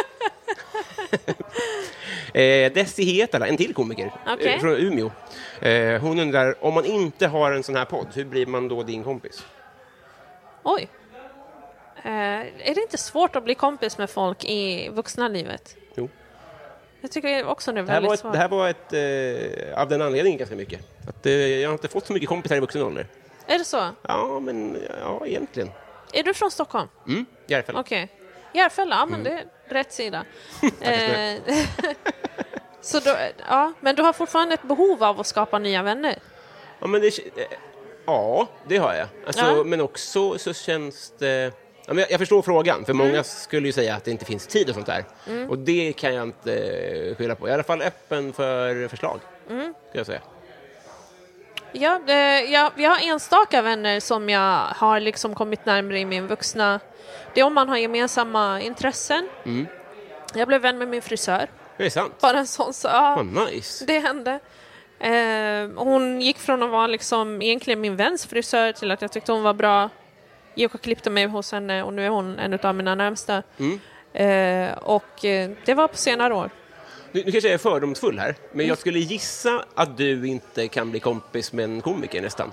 eh, Desi Hetala, en till komiker okay. eh, från Umeå. Eh, hon undrar, om man inte har en sån här podd, hur blir man då din kompis? Oj. Uh, är det inte svårt att bli kompis med folk i vuxna livet? Jo. Jag tycker också det är det här väldigt var ett, svårt. Det här var ett, eh, av den anledningen ganska mycket. Att, eh, jag har inte fått så mycket kompisar i vuxen ålder. Är det så? Ja, men ja, egentligen. Är du från Stockholm? Mm, Järfälla. Okej. Okay. Järfälla, ja, men mm. det är rätt sida. eh, så då, ja, men du har fortfarande ett behov av att skapa nya vänner? Ja, men det, eh, ja, det har jag. Alltså, ja. Men också så känns det... Ja, men jag, jag förstår frågan, för många mm. skulle ju säga att det inte finns tid och sånt där. Mm. Och det kan jag inte uh, skylla på. Jag är i alla fall öppen för förslag. mm. ska jag säga. Ja, eh, jag, jag har enstaka vänner som jag har liksom kommit närmare i min vuxna. Det är om man har gemensamma intressen. Mm. Jag blev vän med min frisör. Det är sant. Bara en sån så, ja, oh, nice. Det hände. Eh, hon gick från att vara liksom egentligen min väns frisör till att jag tyckte hon var bra. Jag och klippte mig hos henne och nu är hon en av mina närmsta. Mm. Eh, och eh, det var på senare år. Nu, nu kanske jag är fördomsfull här, men mm. jag skulle gissa att du inte kan bli kompis med en komiker nästan.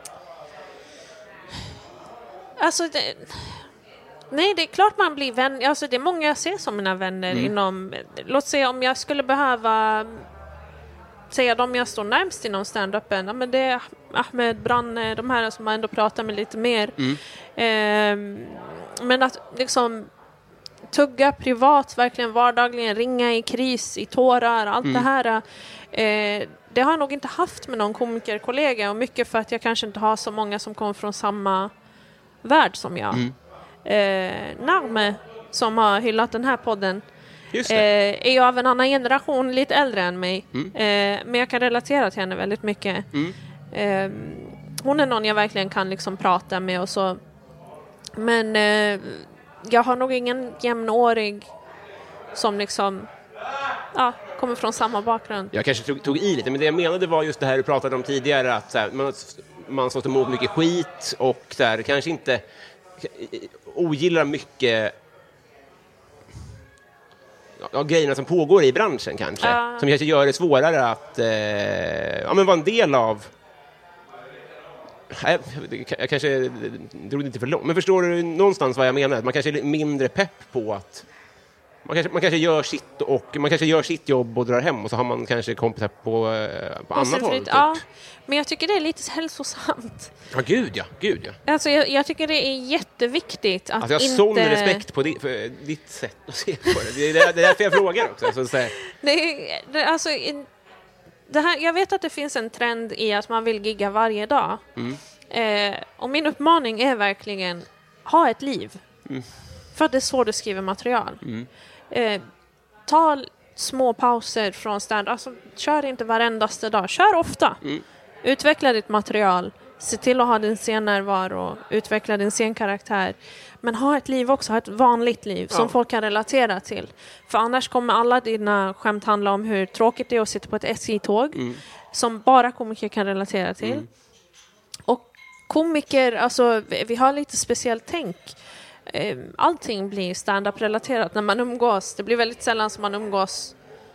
Alltså, det, nej, det är klart man blir vän. Alltså, det är många jag ser som mina vänner mm. inom, låt säga om jag skulle behöva säga de jag står närmast inom stand-upen, ja, men det är Ahmed, Branne, de här som man ändå pratar med lite mer. Mm. Eh, men att liksom tugga privat, verkligen vardagligen, ringa i kris, i tårar, allt mm. det här. Eh, det har jag nog inte haft med någon komikerkollega, och mycket för att jag kanske inte har så många som kommer från samma värld som jag. Mm. Eh, Narme, som har hyllat den här podden, eh, är ju av en annan generation, lite äldre än mig. Mm. Eh, men jag kan relatera till henne väldigt mycket. Mm. Eh, hon är någon jag verkligen kan liksom prata med och så. Men eh, jag har nog ingen jämnårig som liksom ja, kommer från samma bakgrund. Jag kanske tog, tog i lite, men det jag menade var just det här du pratade om tidigare, att så här, man, man står emot mycket skit och så här, kanske inte ogillar mycket ja, grejerna som pågår i branschen kanske. Uh. Som kanske gör det svårare att eh, ja, men vara en del av. Jag, jag kanske drog det inte för långt, men förstår du någonstans vad jag menar? Man kanske är mindre pepp på att man kanske, man kanske gör sitt och man kanske gör sitt jobb och drar hem, och så har man kanske kompisar på, på annat håll. Typ. Ja, men jag tycker det är lite hälsosamt. Ja, gud ja, gud ja. Alltså jag, jag tycker det är jätteviktigt att alltså, jag har inte... sån respekt på di, för ditt sätt att se på det. Det är, det är därför jag frågar också. Så att säga. Nej, det, alltså... In... Det här, jag vet att det finns en trend i att man vill gigga varje dag. Mm. Eh, och min uppmaning är verkligen ha ett liv. Mm. För att det är så du skriver material. Mm. Eh, ta små pauser från stand. Alltså, kör inte varendaste dag. Kör ofta. Mm. Utveckla ditt material. Se till att ha din scennärvaro. Utveckla din scenkaraktär. Men ha ett liv också. Ha ett vanligt liv ja. Som folk kan relatera till. För annars kommer alla dina skämt handla om hur tråkigt det är att sitta på ett S J-tåg. Mm. Som bara komiker kan relatera till. Mm. Och komiker, alltså vi har lite speciellt tänk. Allting blir stand-up-relaterat när man umgås. Det blir väldigt sällan som man umgås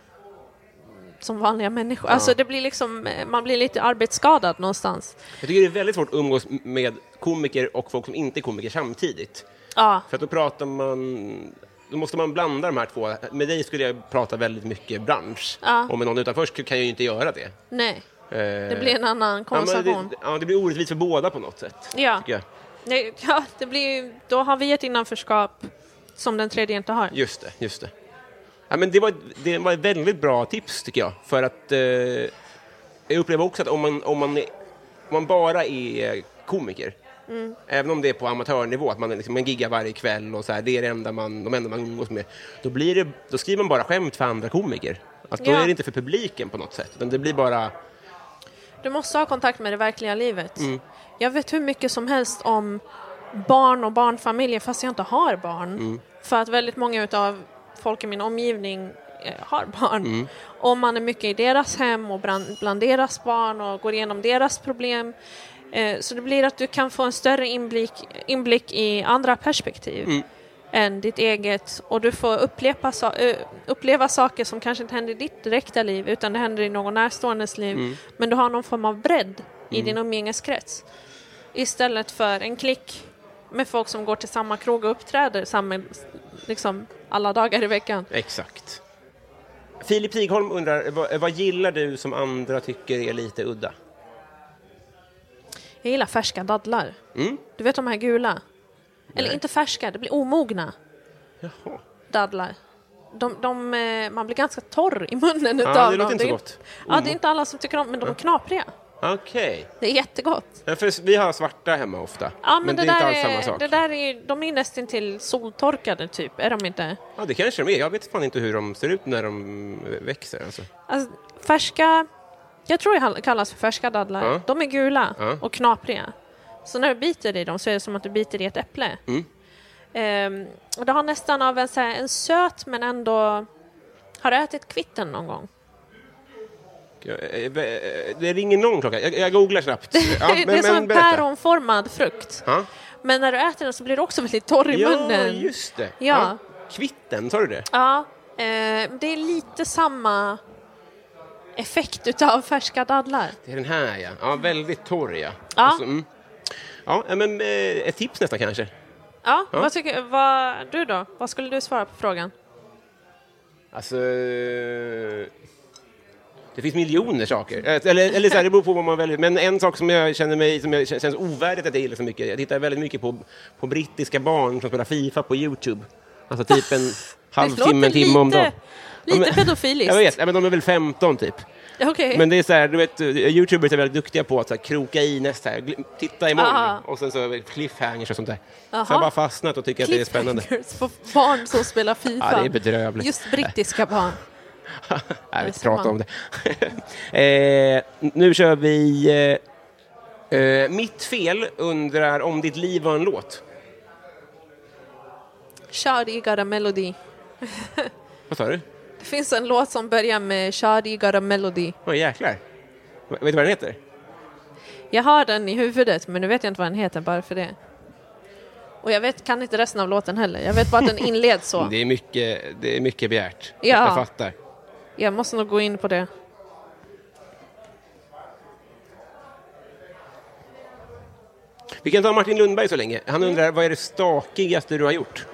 som vanliga människor. Ja. Alltså det blir liksom, man blir lite arbetsskadad någonstans. Jag tycker det är väldigt svårt att umgås med komiker och folk som inte är komiker samtidigt. Ja. För att då pratar man, då måste man blanda de här två. Med dig skulle jag prata väldigt mycket bransch. Ja. Och med någon utanför kan jag ju inte göra det. Nej, eh, det blir en annan konversation. Ja, det, ja, det blir orättvist för båda på något sätt. Ja. Nej, ja, det blir, då har vi ett innanförskap som den tredje inte har. Just det, just det. Ja, men det var, det var ett väldigt bra tips tycker jag. För att eh, jag upplever också att om man, om man, är, om man bara är komiker, mm. även om det är på amatörnivå, att man, liksom, man giggar varje kväll och så här, det är det enda man, de enda man umgås med, då, blir det, då skriver man bara skämt för andra komiker. Alltså, då ja. Är det inte för publiken på något sätt, utan det blir bara... Du måste ha kontakt med det verkliga livet. Mm. Jag vet hur mycket som helst om barn och barnfamiljer fast jag inte har barn. Mm. För att väldigt många av folk i min omgivning eh, har barn. Mm. Och man är mycket i deras hem och bland, bland deras barn och går igenom deras problem. Eh, så det blir att du kan få en större inblick, inblick i andra perspektiv mm. än ditt eget. Och du får uppleva, uppleva saker som kanske inte händer i ditt direkta liv utan det händer i någon närståendes liv. Mm. Men du har någon form av bredd i mm. din umgängeskrets. Istället för en klick med folk som går till samma krog och uppträder samma, liksom, alla dagar i veckan. Exakt. Filip Sigholm undrar, vad, vad gillar du som andra tycker är lite udda? Jag gillar färska dadlar. Mm. Du vet de här gula? Nej. Eller inte färska, det blir omogna. Jaha. Dadlar. De, de, man blir ganska torr i munnen utav ja, det dem. Låter inte så gott. Ja, det är inte alla som tycker om, men de är knapriga. Okej. Okay. Det är jättegott. Ja, för vi har svarta hemma ofta. Ja, men, men det, det är inte alls är, samma sak. Det där är, de är nästan till soltorkade typ, är de inte? Ja, det kanske de är. Jag vet fan inte hur de ser ut när de växer. Alltså. Alltså, färska Jag tror det kallas för färska dadlar. Ja. De är gula Ja. och knapriga. Så när du biter i dem så är det som att du biter i ett äpple. Mm. Ehm, och det har nästan av en, så här, en söt men ändå... Har du ätit kvitten någon gång? Det ringer någon klocka. Jag, jag googlar snabbt. Ja, men, det är som men, en berätta. päronformad frukt. Ja. Men när du äter den så blir det också väldigt torr i Ja, munnen. just det. Ja. Kvitten, tar du det? Ja, eh, det är lite samma effekt utav färska dadlar. Det är den här, ja. Ja, väldigt torr, ja. Ja. Och så, mm. Ja, men eh, ett tips nästan kanske. Ja, Ja. vad tycker vad, du då? Vad skulle du svara på frågan? Alltså... eh, Det finns miljoner saker. Eh, Eller, eller så här, det beror på vad man väljer. Men en sak som jag känner mig som jag känns ovärdigt att jag gillar så mycket. Jag tittar väldigt mycket på, på brittiska barn som spelar FIFA på YouTube. Alltså typ en halvtimme, en timme om dagen. Lite Ja, men- pedofiliskt. Jag vet, ja, men de är väl femton typ. Okej. Men det är så här, du vet, YouTubers är väldigt duktiga på att så här, kroka i nästa här, gl- titta imorgon Aha. och sen så cliffhangers och sånt där. Aha. Så jag har bara fastnat och tycker att det är spännande. Cliffhangers på barn som spelar FIFA. Ja, det är bedrövligt. Just brittiska barn. Jag vill inte ser prata man. om det. eh, nu kör vi eh, eh, Mitt fel undrar om ditt liv var en låt. Shawty got a melody. Vad sa du? Det finns en låt som börjar med Shawty got a melody. Åh, jäklar. Vet du vad den heter? Jag har den i huvudet, men nu vet jag inte vad den heter bara för det. Och jag vet, kan inte resten av låten heller. Jag vet bara att den inleds så. Det är mycket, det är mycket begärt. Ja. Jag fattar. Jag måste nog gå in på det. Vi kan ta Martin Lundberg så länge. Han undrar, vad är det stakigaste du har gjort?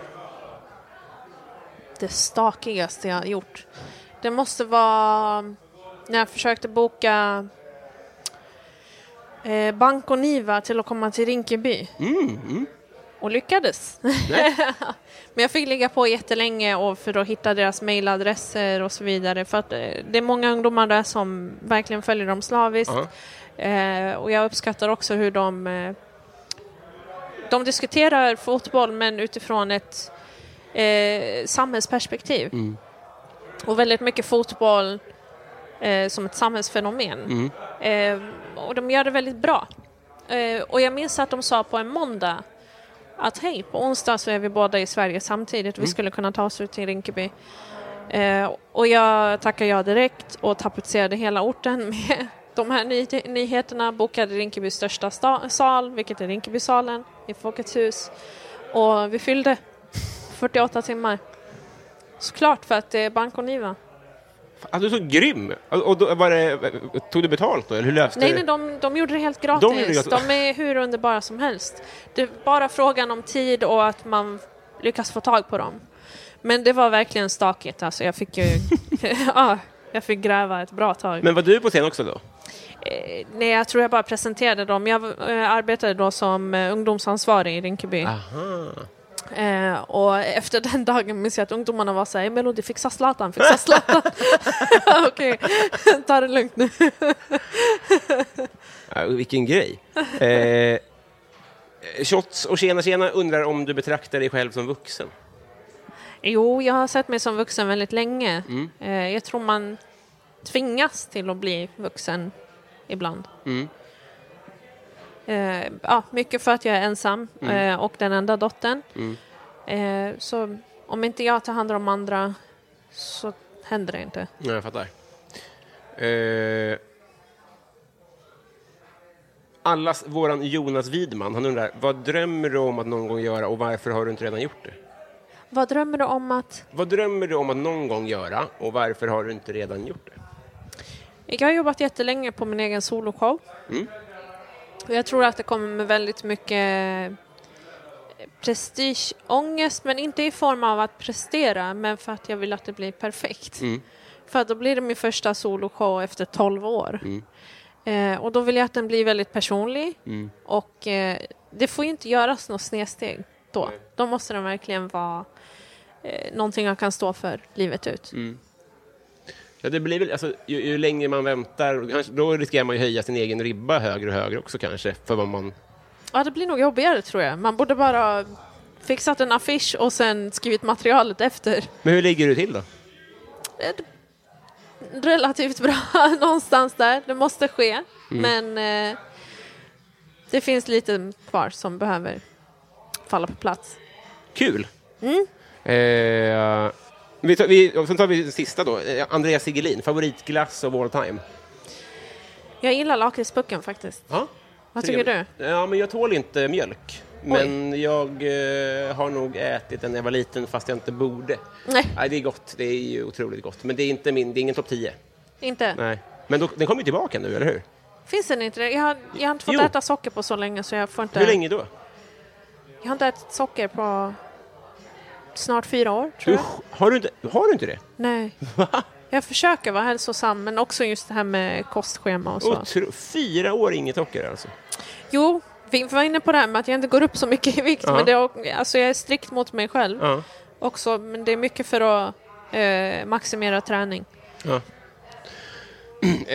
Det stakigaste jag har gjort. Det måste vara när jag försökte boka eh, Bank och Niva till att komma till Rinkeby. Mm, mm. Och lyckades. Men jag fick ligga på jättelänge och för att hitta deras mailadresser och så vidare. För att eh, det är många ungdomar där som verkligen följer dem slaviskt. Eh, och jag uppskattar också hur de eh, de diskuterar fotboll men utifrån ett eh, samhällsperspektiv. Mm. Och väldigt mycket fotboll eh, som ett samhällsfenomen. Mm. Eh, och de gör det väldigt bra. Eh, och jag minns att de sa på en måndag att hej, på onsdag så är vi båda i Sverige samtidigt. Vi Mm. skulle kunna ta oss ut till Rinkeby. Eh, och jag tackar ja direkt och tapetserade hela orten med de här ny- nyheterna. Bokade Rinkebys största sta- sal, vilket är Rinkebysalen i Folkets hus. Och vi fyllde fyrtioåtta timmar. Såklart för att det är Bank och Niva. Alltså, du är så grym. Och och då var det, tog du betalt då? Eller hur löste Nej, du? nej de, de gjorde det helt gratis. De De, gjorde det gratis. är hur underbara som helst. Det är bara frågan om tid och att man lyckas få tag på dem. Men det var verkligen stakigt. Alltså, jag fick ju ja, jag fick gräva ett bra tag. Men var du på scen också då? Eh, nej, jag tror jag bara presenterade dem. Jag eh, arbetade då som eh, ungdomsansvarig i Rinkeby. Aha. Eh, och efter den dagen minns jag att ungdomarna var så här, Melody, fixa Zlatan, fixa Zlatan. Okej, ta det lugnt nu. Ja, vilken grej. Eh, Shots och Tjena Tjena undrar om du betraktar dig själv som vuxen. Jo, jag har sett mig som vuxen väldigt länge. Mm. Eh, jag tror man tvingas till att bli vuxen ibland. Mm. Eh, ja, mycket för att jag är ensam Mm. eh, och den enda dottern. Mm. Eh, så om inte jag tar hand om andra så händer det inte. Ja, jag fattar. Eh, allas våran Jonas Widman, han undrar, vad drömmer du om att någon gång göra och varför har du inte redan gjort det? Vad drömmer du om att... Vad drömmer du om att någon gång göra och varför har du inte redan gjort det? Jag har jobbat jättelänge på min egen soloshow. Mm. Och jag tror att det kommer med väldigt mycket prestigeångest, men inte i form av att prestera, men för att jag vill att det blir perfekt. Mm. För att då blir det min första soloshow efter tolv år. Mm. Eh, och då vill jag att den blir väldigt personlig. Mm. Och eh, det får ju inte göras något snedsteg då. Nej. Då måste den verkligen vara eh, någonting jag kan stå för livet ut. Mm. Ja, det blir väl, alltså, ju, ju längre man väntar, kanske, då riskerar man ju höja sin egen ribba högre och högre också kanske. För vad man... Ja, det blir nog jobbigare tror jag. Man borde bara fixat en affisch och sen skrivit materialet efter. Men hur ligger du till då? Eh, relativt bra någonstans där. Det måste ske. Mm. Men eh, det finns lite kvar som behöver falla på plats. Kul! Mm. Eh, vi tar, vi, och sen tar vi sista då. Eh, Andreas Sigelin, favoritglass of all time. Jag gillar lakritspucken faktiskt. Ja. Vad tycker du? Ja, men jag tål inte mjölk. Men Oj. jag eh, har nog ätit den när jag var liten fast jag inte borde. Nej. Nej, det är gott. Det är ju otroligt gott. Men det är inte min, det är ingen topp tio. Inte? Nej. Men då, den kommer ju tillbaka nu, eller hur? Finns den inte det? Jag har, jag har inte fått Jo. äta socker på så länge så jag får inte... Hur länge då? Jag har inte ätit socker på snart fyra år, tror jag. Usch, har, du inte, har du inte det? Nej. Va? Jag försöker vara hälsosam, men också just det här med kostschema och så. Otro, fyra år inget socker alltså? Jo, vi var inne på det här med att jag inte går upp så mycket i vikt. Ja. Men det är, alltså jag är strikt mot mig själv Ja. också. Men det är mycket för att eh, maximera träning. Ja. eh,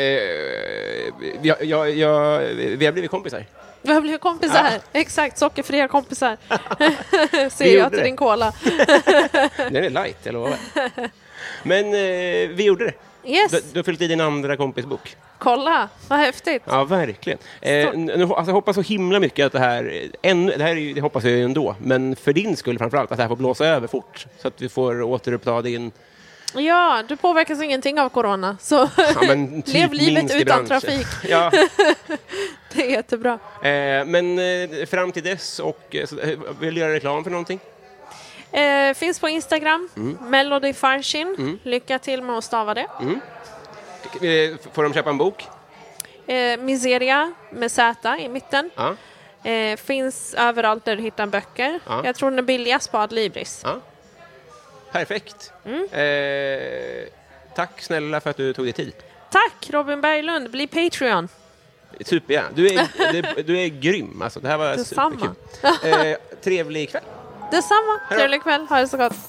jag, jag, jag, vi har blivit kompisar. Vi har blivit kompisar här. Exakt, sockerfria kompisar. Ser Vi jag gjorde till det. din cola. Den är light, eller vad? Men eh, vi gjorde det. Yes, Du, du har fyllt i din andra kompisbok. kolla. Vad häftigt. Ja, verkligen. Eh, nu, alltså, jag hoppas så himla mycket att det här, ännu, det här är ju, det hoppas jag ju ändå, men för din skull framförallt, att det här får blåsa över fort, så att vi får återuppta din... Ja, du påverkas ingenting av corona. Så Ja, men typ lev livet minst i utan branschen. trafik. Ja. Det är jättebra. Eh, men eh, fram till dess, och eh, så, eh, vill du göra reklam för någonting? Eh, finns på Instagram, Mm. Melody Farshin. Lycka till med att stava det. Mm. Eh, får de köpa en bok? Eh, Miseria med Z i mitten. Ja. Eh, finns överallt där du hittar böcker. Ja. Jag tror den är billigast på Adlibris. Ja. Perfekt. Mm. Eh, tack snälla för att du tog dig tid. Tack Robin Berglund, bli Patreon. Supergärna. Du är, du, du är grym. Alltså, det här var Detsamma. superkul. Eh, trevlig kväll. Detsamma, Hej då. trevlig kväll, ha det så gott.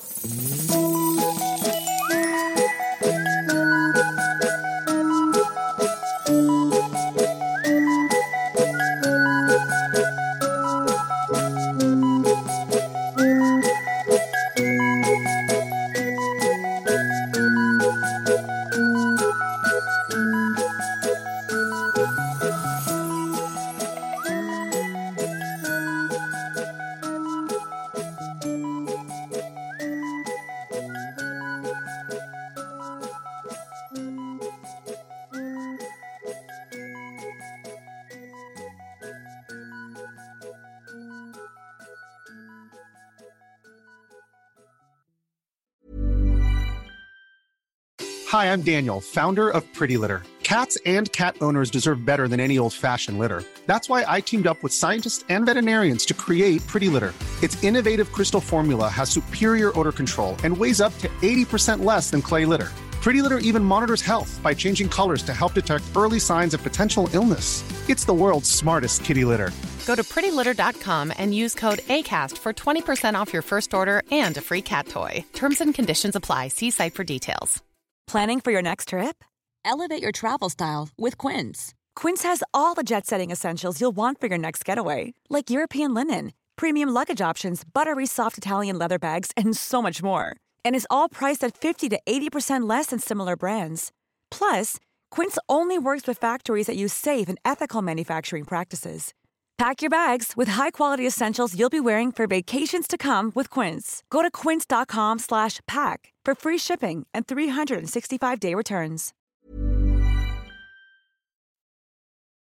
Hi, I'm Daniel, founder of Pretty Litter. Cats and cat owners deserve better than any old-fashioned litter. That's why I teamed up with scientists and veterinarians to create Pretty Litter. Its innovative crystal formula has superior odor control and weighs up to eighty percent less than clay litter. Pretty Litter even monitors health by changing colors to help detect early signs of potential illness. It's the world's smartest kitty litter. Go to pretty litter dot com and use code ACAST for twenty percent off your first order and a free cat toy. Terms and conditions apply. See site for details. Planning for your next trip? Elevate your travel style with Quince. Quince has all the jet-setting essentials you'll want for your next getaway, like European linen, premium luggage options, buttery soft Italian leather bags, and so much more. And is all priced at fifty to eighty percent less than similar brands. Plus, Quince only works with factories that use safe and ethical manufacturing practices. Pack your bags with high-quality essentials you'll be wearing for vacations to come with Quince. Go to quince dot com slash pack for free shipping and three sixty-five day returns.